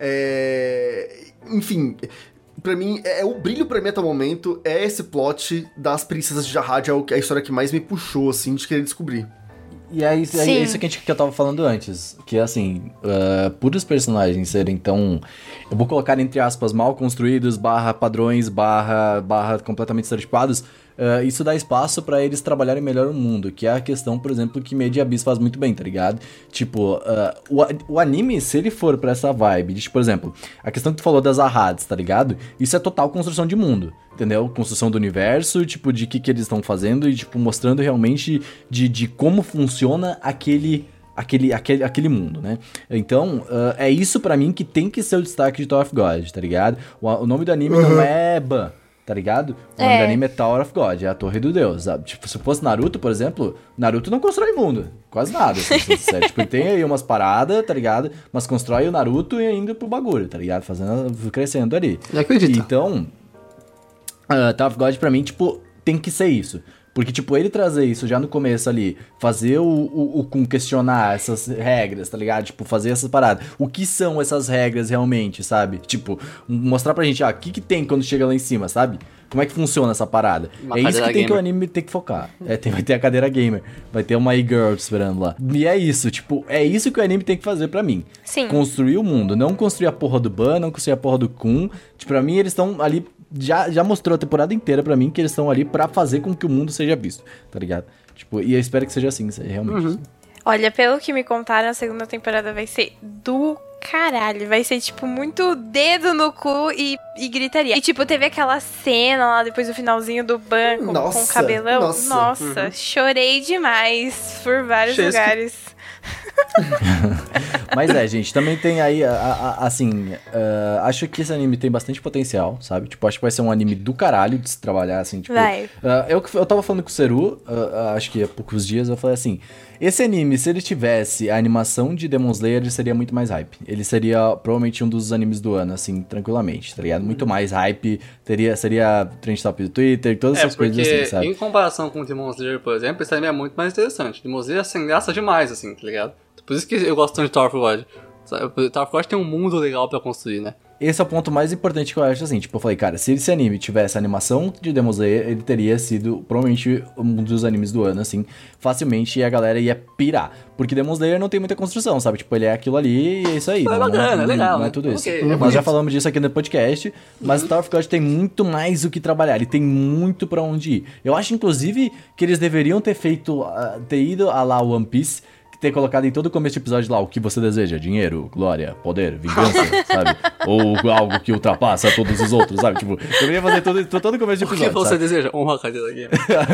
É... Enfim, pra mim, é, é o brilho pra mim até o momento é esse plot das princesas de Jahad, é o- é a história que mais me puxou, assim, de querer descobrir. E é isso, é Sim. isso que, a gente, que eu tava falando antes. Que assim, uh, por os personagens serem tão. Eu vou colocar entre aspas, mal construídos, barra padrões, barra, barra completamente estereotipados. Uh, isso dá espaço pra eles trabalharem melhor o mundo. Que é a questão, por exemplo, que Made in Abyss faz muito bem, tá ligado? Tipo, uh, o, a- o anime, se ele for pra essa vibe, de, tipo, por exemplo, a questão que tu falou das Ahads, tá ligado? Isso é total construção de mundo. Entendeu? Construção do universo, tipo, de que que eles estão fazendo e, tipo, mostrando realmente de, de como funciona aquele, aquele, aquele, aquele mundo, né? Então, uh, é isso pra mim que tem que ser o destaque de Tower of God, tá ligado? O, o nome do anime não é Ban, tá ligado? O nome É. do anime é Tower of God, é a Torre do Deus, sabe? Tipo, se fosse Naruto, por exemplo, Naruto não constrói mundo, quase nada, assim, assim, sério. Tipo, ele tem aí umas paradas, tá ligado? Mas constrói o Naruto e indo pro bagulho, tá ligado? Fazendo, crescendo ali. Eu acredito. Então... Uh, Tower of God pra mim, tipo, tem que ser isso. Porque, tipo, ele trazer isso já no começo ali, fazer o, o, o com questionar essas regras, tá ligado? Tipo, fazer essas paradas. O que são essas regras realmente, sabe? Tipo, mostrar pra gente, ah, o que que tem quando chega lá em cima, sabe? Como é que funciona essa parada? Uma é isso cadeira que tem que o gamer. anime tem que focar. É, tem, vai ter a cadeira gamer. Vai ter uma e-girl esperando lá. E é isso, tipo, é isso que o anime tem que fazer pra mim. Sim. Construir o mundo. Não construir a porra do Ban, não construir a porra do Kun. Tipo, pra mim, eles estão ali... Já, já mostrou a temporada inteira pra mim que eles estão ali pra fazer com que o mundo seja visto, tá ligado? Tipo, e eu espero que seja assim, realmente. Uhum. Olha, pelo que me contaram, a segunda temporada vai ser do caralho. Vai ser, tipo, muito dedo no cu e, e gritaria. E, tipo, teve aquela cena lá depois do finalzinho do banco com Nossa, o cabelão. nossa. Nossa, chorei demais por vários Chesky. lugares. Mas é, gente, também tem aí, a- a- a- assim, ah, acho que esse anime tem bastante potencial, sabe? Tipo, acho que vai ser um anime do caralho de se trabalhar, assim, tipo... Vai. ah, eu, eu tava falando com o Seru, ah, ah, acho que há poucos dias, eu falei assim, esse anime, se ele tivesse a animação de Demon Slayer, ele seria muito mais hype. Ele seria provavelmente um dos animes do ano, assim, tranquilamente, tá ligado? Muito mais hype, teria, seria trend top do Twitter, todas É, essas porque coisas assim, sabe? em comparação com o Demon Slayer, por exemplo, esse anime é muito mais interessante. Demon Slayer é sem graça demais, assim, tá ligado? Por isso que eu gosto tanto de Tower of God. Sabe? Tower of God tem um mundo legal pra construir, né? Esse é o ponto mais importante que eu acho, assim, tipo, eu falei, cara, se esse anime tivesse a animação de Demon Slayer, ele teria sido, provavelmente, um dos animes do ano, assim, facilmente, e a galera ia pirar. Porque Demon Slayer não tem muita construção, sabe? Tipo, ele é aquilo ali e é isso aí. É não, bacana, não, é legal, Não é né? tudo isso. Ok, é Nós bonito. já falamos disso aqui no podcast, mas Tower of God tem muito mais o que trabalhar, ele tem muito pra onde ir. Eu acho, inclusive, que eles deveriam ter feito, uh, ter ido a lá One Piece, ter colocado em todo o começo do episódio lá o que você deseja, dinheiro, glória, poder, vingança, sabe? Ou algo que ultrapassa todos os outros, sabe? Tipo, eu deveria fazer todo, todo o começo do O que episódio, você sabe? deseja? Honra a cadeira aqui.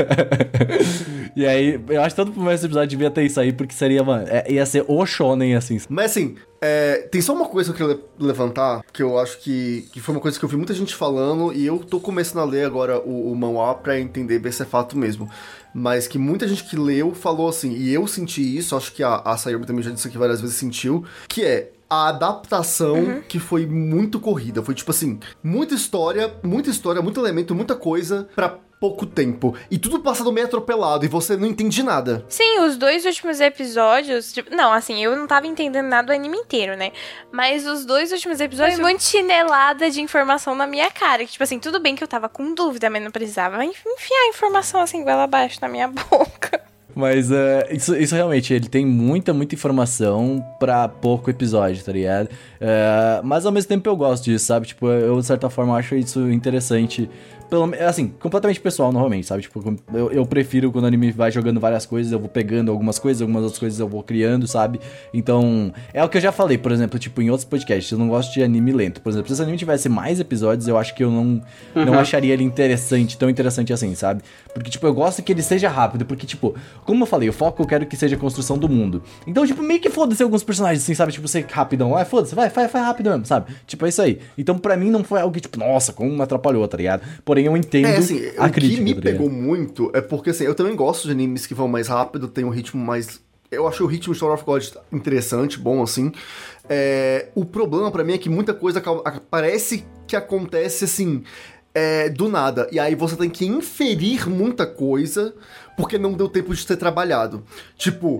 E aí, eu acho que todo o começo do episódio devia ter isso aí, porque seria, mano, é- ia ser o shonen, assim. Mas assim, é, tem só uma coisa que eu queria le- levantar, que eu acho que, que foi uma coisa que eu vi muita gente falando, e eu tô começando a ler agora o, o manhwa pra entender bem se é fato mesmo. Mas que muita gente que leu falou assim, e eu senti isso, acho que a, a Sayumi também já disse aqui várias vezes, sentiu, que é a adaptação que foi muito corrida. Foi tipo assim, muita história, muita história, muito elemento, muita coisa pra pouco tempo. E tudo passado meio atropelado, e você não entende nada. Sim, os dois últimos episódios. Tipo, não, assim, eu não tava entendendo nada do anime inteiro, né? Mas os dois últimos episódios, foi muito chinelada de informação na minha cara. Que, tipo assim, tudo bem que eu tava com dúvida, mas não precisava enfiar a informação assim, goela abaixo na minha boca. Mas é, isso, isso realmente, ele tem muita, muita informação pra pouco episódio, tá ligado? É, mas ao mesmo tempo eu gosto disso, sabe? Tipo, eu de certa forma acho isso interessante pelo, assim, completamente pessoal, normalmente, sabe? Tipo, eu, eu prefiro quando o anime vai jogando várias coisas, eu vou pegando algumas coisas, algumas outras coisas eu vou criando, sabe? Então, é o que eu já falei, por exemplo, tipo, em outros podcasts, eu não gosto de anime lento. Por exemplo, se esse anime tivesse mais episódios, eu acho que eu não, uhum. não acharia ele interessante, tão interessante assim, sabe? Porque, tipo, eu gosto que ele seja rápido, porque, tipo, como eu falei, o foco eu quero que seja a construção do mundo. Então, tipo, meio que foda-se alguns personagens, assim, sabe? Tipo, ser rapidão, ah, foda-se, vai, vai, vai rápido mesmo, sabe? Tipo, é isso aí. Então, pra mim, não foi algo que, tipo, nossa, como me atrapalhou, tá ligado? Porém, eu entendo é, assim, a o crítica. O que me tá pegou muito é porque, assim, eu também gosto de animes que vão mais rápido, tem um ritmo mais... Eu acho o ritmo de Tower of God interessante, bom, assim. É... O problema pra mim é que muita coisa parece que acontece, assim, é, do nada. E aí você tem que inferir muita coisa porque não deu tempo de ser trabalhado. Tipo...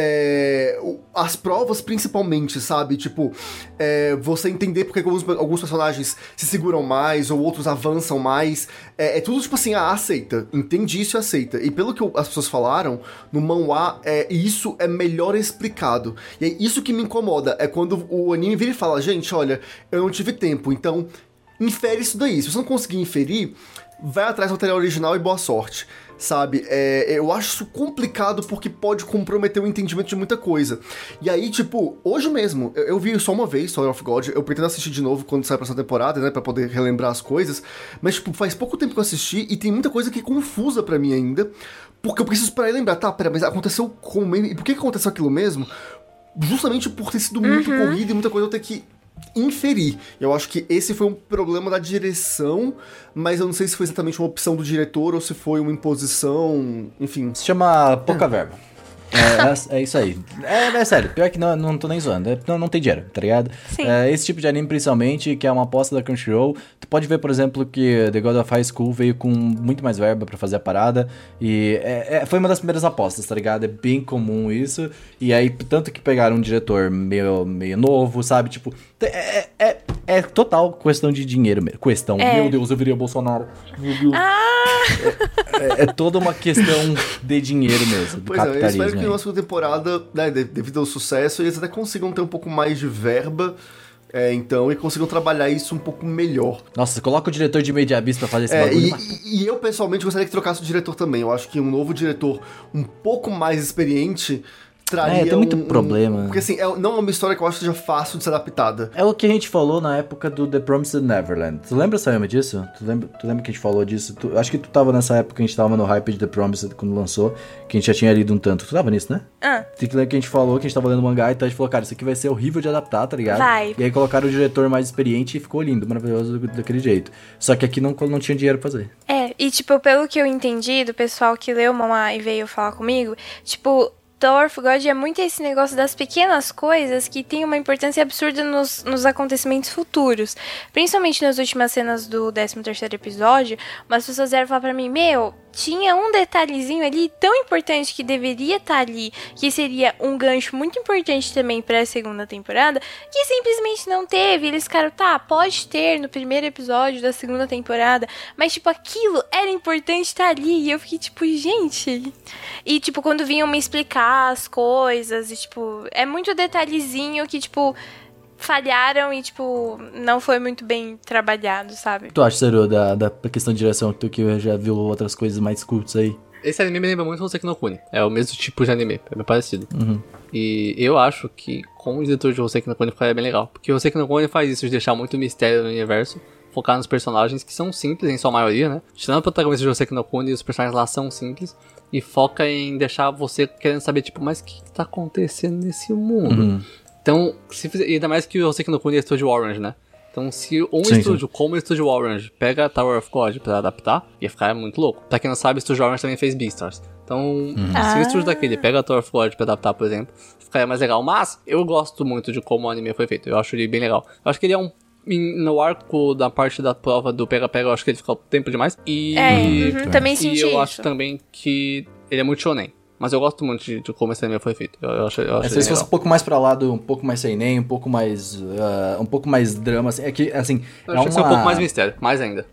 É, as provas principalmente, sabe? Tipo, é, você entender porque alguns, alguns personagens se seguram mais ou outros avançam mais. É, é tudo tipo assim, ah, aceita. Entende isso e aceita. E pelo que as pessoas falaram, no manhwa, é, isso é melhor explicado. E é isso que me incomoda. É quando o anime vira e fala, gente, olha, eu não tive tempo, então infere isso daí. Se você não conseguir inferir, vai atrás do material original e boa sorte. Sabe, é, eu acho isso complicado porque pode comprometer o entendimento de muita coisa. E aí, tipo, hoje mesmo, eu, eu vi só uma vez Tower of God, eu pretendo assistir de novo quando sair a próxima temporada, né, pra poder relembrar as coisas, mas, tipo, faz pouco tempo que eu assisti e tem muita coisa que é confusa pra mim ainda, porque eu preciso parar e lembrar, tá, pera, mas aconteceu como, e por que aconteceu aquilo mesmo? Justamente por ter sido muito uhum. corrido e muita coisa eu ter que inferir. Eu acho que esse foi um problema da direção, mas eu não sei se foi exatamente uma opção do diretor ou se foi uma imposição, enfim. Se chama pouca verba. É, é, é isso aí. É, é sério, pior que não, não tô nem zoando. É, não, não tem dinheiro, tá ligado? Sim. É, esse tipo de anime, principalmente, que é uma aposta da Crunchyroll, tu pode ver, por exemplo, que The God of High School veio com muito mais verba pra fazer a parada. E é, é, foi uma das primeiras apostas, tá ligado? É bem comum isso. E aí, tanto que pegaram um diretor meio, meio novo, sabe? Tipo, é, é, é total questão de dinheiro mesmo. Questão. É. Meu Deus, eu viria Bolsonaro. Meu Deus. Ah! É, é, é toda uma questão de dinheiro mesmo, do pois capitalismo. É, eu espero que na segunda temporada, né, devido ao sucesso, eles até consigam ter um pouco mais de verba, é, então, e consigam trabalhar isso um pouco melhor. Nossa, coloca o diretor de Made Abyss pra fazer esse é, bagulho. E, mas... e eu, pessoalmente, gostaria que trocasse o diretor também. Eu acho que um novo diretor um pouco mais experiente traria É, tem muito um, problema. Um, porque, assim, é, não é uma história que eu acho que seja fácil de ser adaptada. É o que a gente falou na época do The Promised Neverland. Tu lembra, Sayama, disso? Tu lembra, tu lembra que a gente falou disso? Tu, acho que tu tava nessa época que a gente tava no hype de The Promised quando lançou, que a gente já tinha lido um tanto. Tu tava nisso, né? Ah. Tu lembra que a gente falou, que a gente tava lendo mangá e então a gente falou, cara, isso aqui vai ser horrível de adaptar, tá ligado? Vai. E aí colocaram o diretor mais experiente e ficou lindo, maravilhoso daquele jeito. Só que aqui não, não tinha dinheiro pra fazer. É, e tipo, pelo que eu entendi do pessoal que leu o mangá e veio falar comigo, tipo... Tower of God é muito esse negócio das pequenas coisas que tem uma importância absurda nos, nos acontecimentos futuros. Principalmente nas últimas cenas do décimo terceiro episódio, umas pessoas vieram falar pra mim, meu, tinha um detalhezinho ali tão importante que deveria estar ali, que seria um gancho muito importante também pra segunda temporada, que simplesmente não teve. Eles ficaram, tá, pode ter no primeiro episódio da segunda temporada, mas tipo, aquilo era importante estar ali. E eu fiquei tipo, gente... E tipo, quando vinham me explicar as coisas, e tipo, é muito detalhezinho que tipo, falharam e tipo, não foi muito bem trabalhado, sabe? Tu acha, Seru, da, da questão de direção, tu que já viu outras coisas mais cultas aí? Esse anime me lembra muito Hoseki no Kuni. É o mesmo tipo de anime, é bem parecido. Uhum. E eu acho que com o diretor de Hoseki no Kuni ficaria bem legal. Porque o Hoseki no Kuni faz isso de deixar muito mistério no universo, focar nos personagens que são simples em sua maioria, né? Tirando o protagonista de Hoseki no Kuni, os personagens lá são simples. E foca em deixar você querendo saber, tipo, mas o que, que tá acontecendo nesse mundo? Uhum. Então, se fizer, ainda mais que o Hoseki no Kuni é Estúdio Orange, né? Então, se um sim, estúdio sim. como o Estúdio Orange pega Tower of God pra adaptar, ia ficar muito louco. Pra quem não sabe, o Estúdio Orange também fez Beastars. Então, uhum. se ah. o estúdio daquele pega Tower of God pra adaptar, por exemplo, ficaria mais legal. Mas, eu gosto muito de como o anime foi feito. Eu acho ele bem legal. Eu acho que ele é um... no arco da parte da prova do pega-pega, eu acho que ele ficou tempo demais. E, é, uhum, também senti E eu isso. acho também que ele é muito shonen. Mas eu gosto muito de, de como esse anime foi feito. Eu, eu acho, eu acho é, se fosse um pouco mais pra lado, um pouco mais seinen, um pouco mais uh, um pouco mais drama, assim, é que, assim... Eu é acho que uma... é um pouco mais mistério, mais ainda.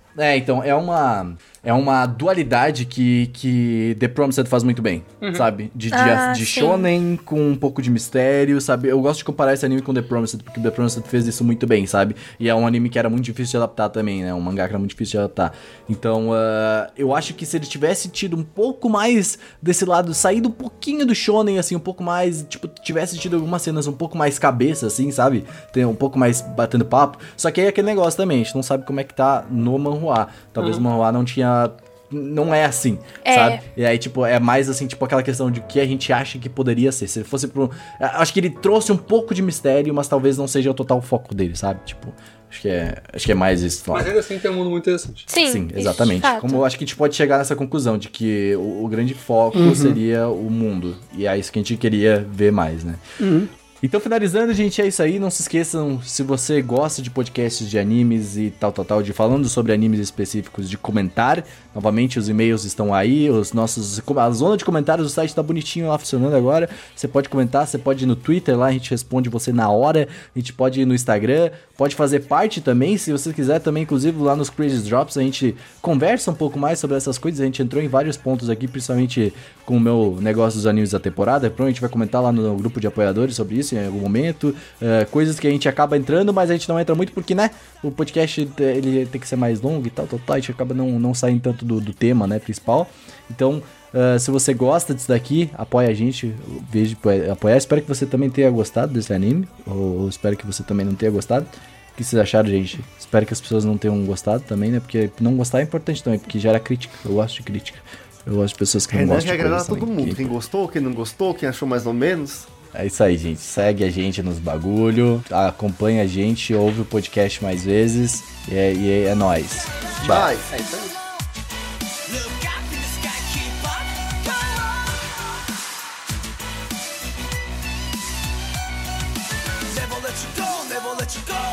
É, então, é uma... É uma dualidade que, que The Promised faz muito bem, uhum. sabe? De, de, ah, de shonen com um pouco de mistério, sabe? Eu gosto de comparar esse anime com The Promised, porque The Promised fez isso muito bem, sabe? E é um anime que era muito difícil de adaptar também, né? Um mangá que era muito difícil de adaptar. Então, uh, eu acho que se ele tivesse tido um pouco mais desse lado, saído um pouquinho do shonen, assim, um pouco mais, tipo, tivesse tido algumas cenas um pouco mais cabeça, assim, sabe? Tem um pouco mais batendo papo. Só que aí é aquele negócio também, a gente não sabe como é que tá no manhwa. Talvez uhum. o manhwa não tinha... Não é assim, é. sabe? E aí, tipo, é mais assim, tipo, aquela questão de que a gente acha que poderia ser. Se fosse pro... Acho que ele trouxe um pouco de mistério, mas talvez não seja o total foco dele, sabe? Tipo, acho que é, acho que é mais isso. Mas ainda assim tem um mundo muito interessante. Sim, Sim, exatamente. Como eu acho que a gente pode chegar nessa conclusão de que o, o grande foco uhum. seria o mundo. E é isso que a gente queria ver mais, né? Uhum. Então, finalizando, gente, é isso aí. Não se esqueçam, se você gosta de podcasts de animes e tal, tal, tal, de falando sobre animes específicos, de comentar. Novamente, os e-mails estão aí, os nossos... A zona de comentários do site tá bonitinho lá, funcionando agora. Você pode comentar, você pode ir no Twitter lá, a gente responde você na hora. A gente pode ir no Instagram, pode fazer parte também, se você quiser também, inclusive lá nos Crazy Drops, a gente conversa um pouco mais sobre essas coisas. A gente entrou em vários pontos aqui, principalmente com o meu negócio dos animes da temporada. Provavelmente a gente vai comentar lá no grupo de apoiadores sobre isso em algum momento, uh, coisas que a gente acaba entrando, mas a gente não entra muito porque, né, o podcast ele tem que ser mais longo e tal, tal, tal, a gente acaba não, não saindo tanto do, do tema, né, principal. Então, uh, se você gosta disso daqui, apoia a gente, veja apoiar. Espero que você também tenha gostado desse anime, ou, ou espero que você também não tenha gostado. O que vocês acharam, gente? Espero que as pessoas não tenham gostado também, né, porque não gostar é importante também, porque gera crítica, eu gosto de crítica. Eu gosto de pessoas que não Renan gostam quer de coisas agradar todo também. mundo, quem gostou, quem não gostou, quem achou mais ou menos... É isso aí, gente. Segue a gente nos bagulho, acompanha a gente, ouve o podcast mais vezes e é, e é, é nóis. Bye. É isso aí. Never let you go, never let you go.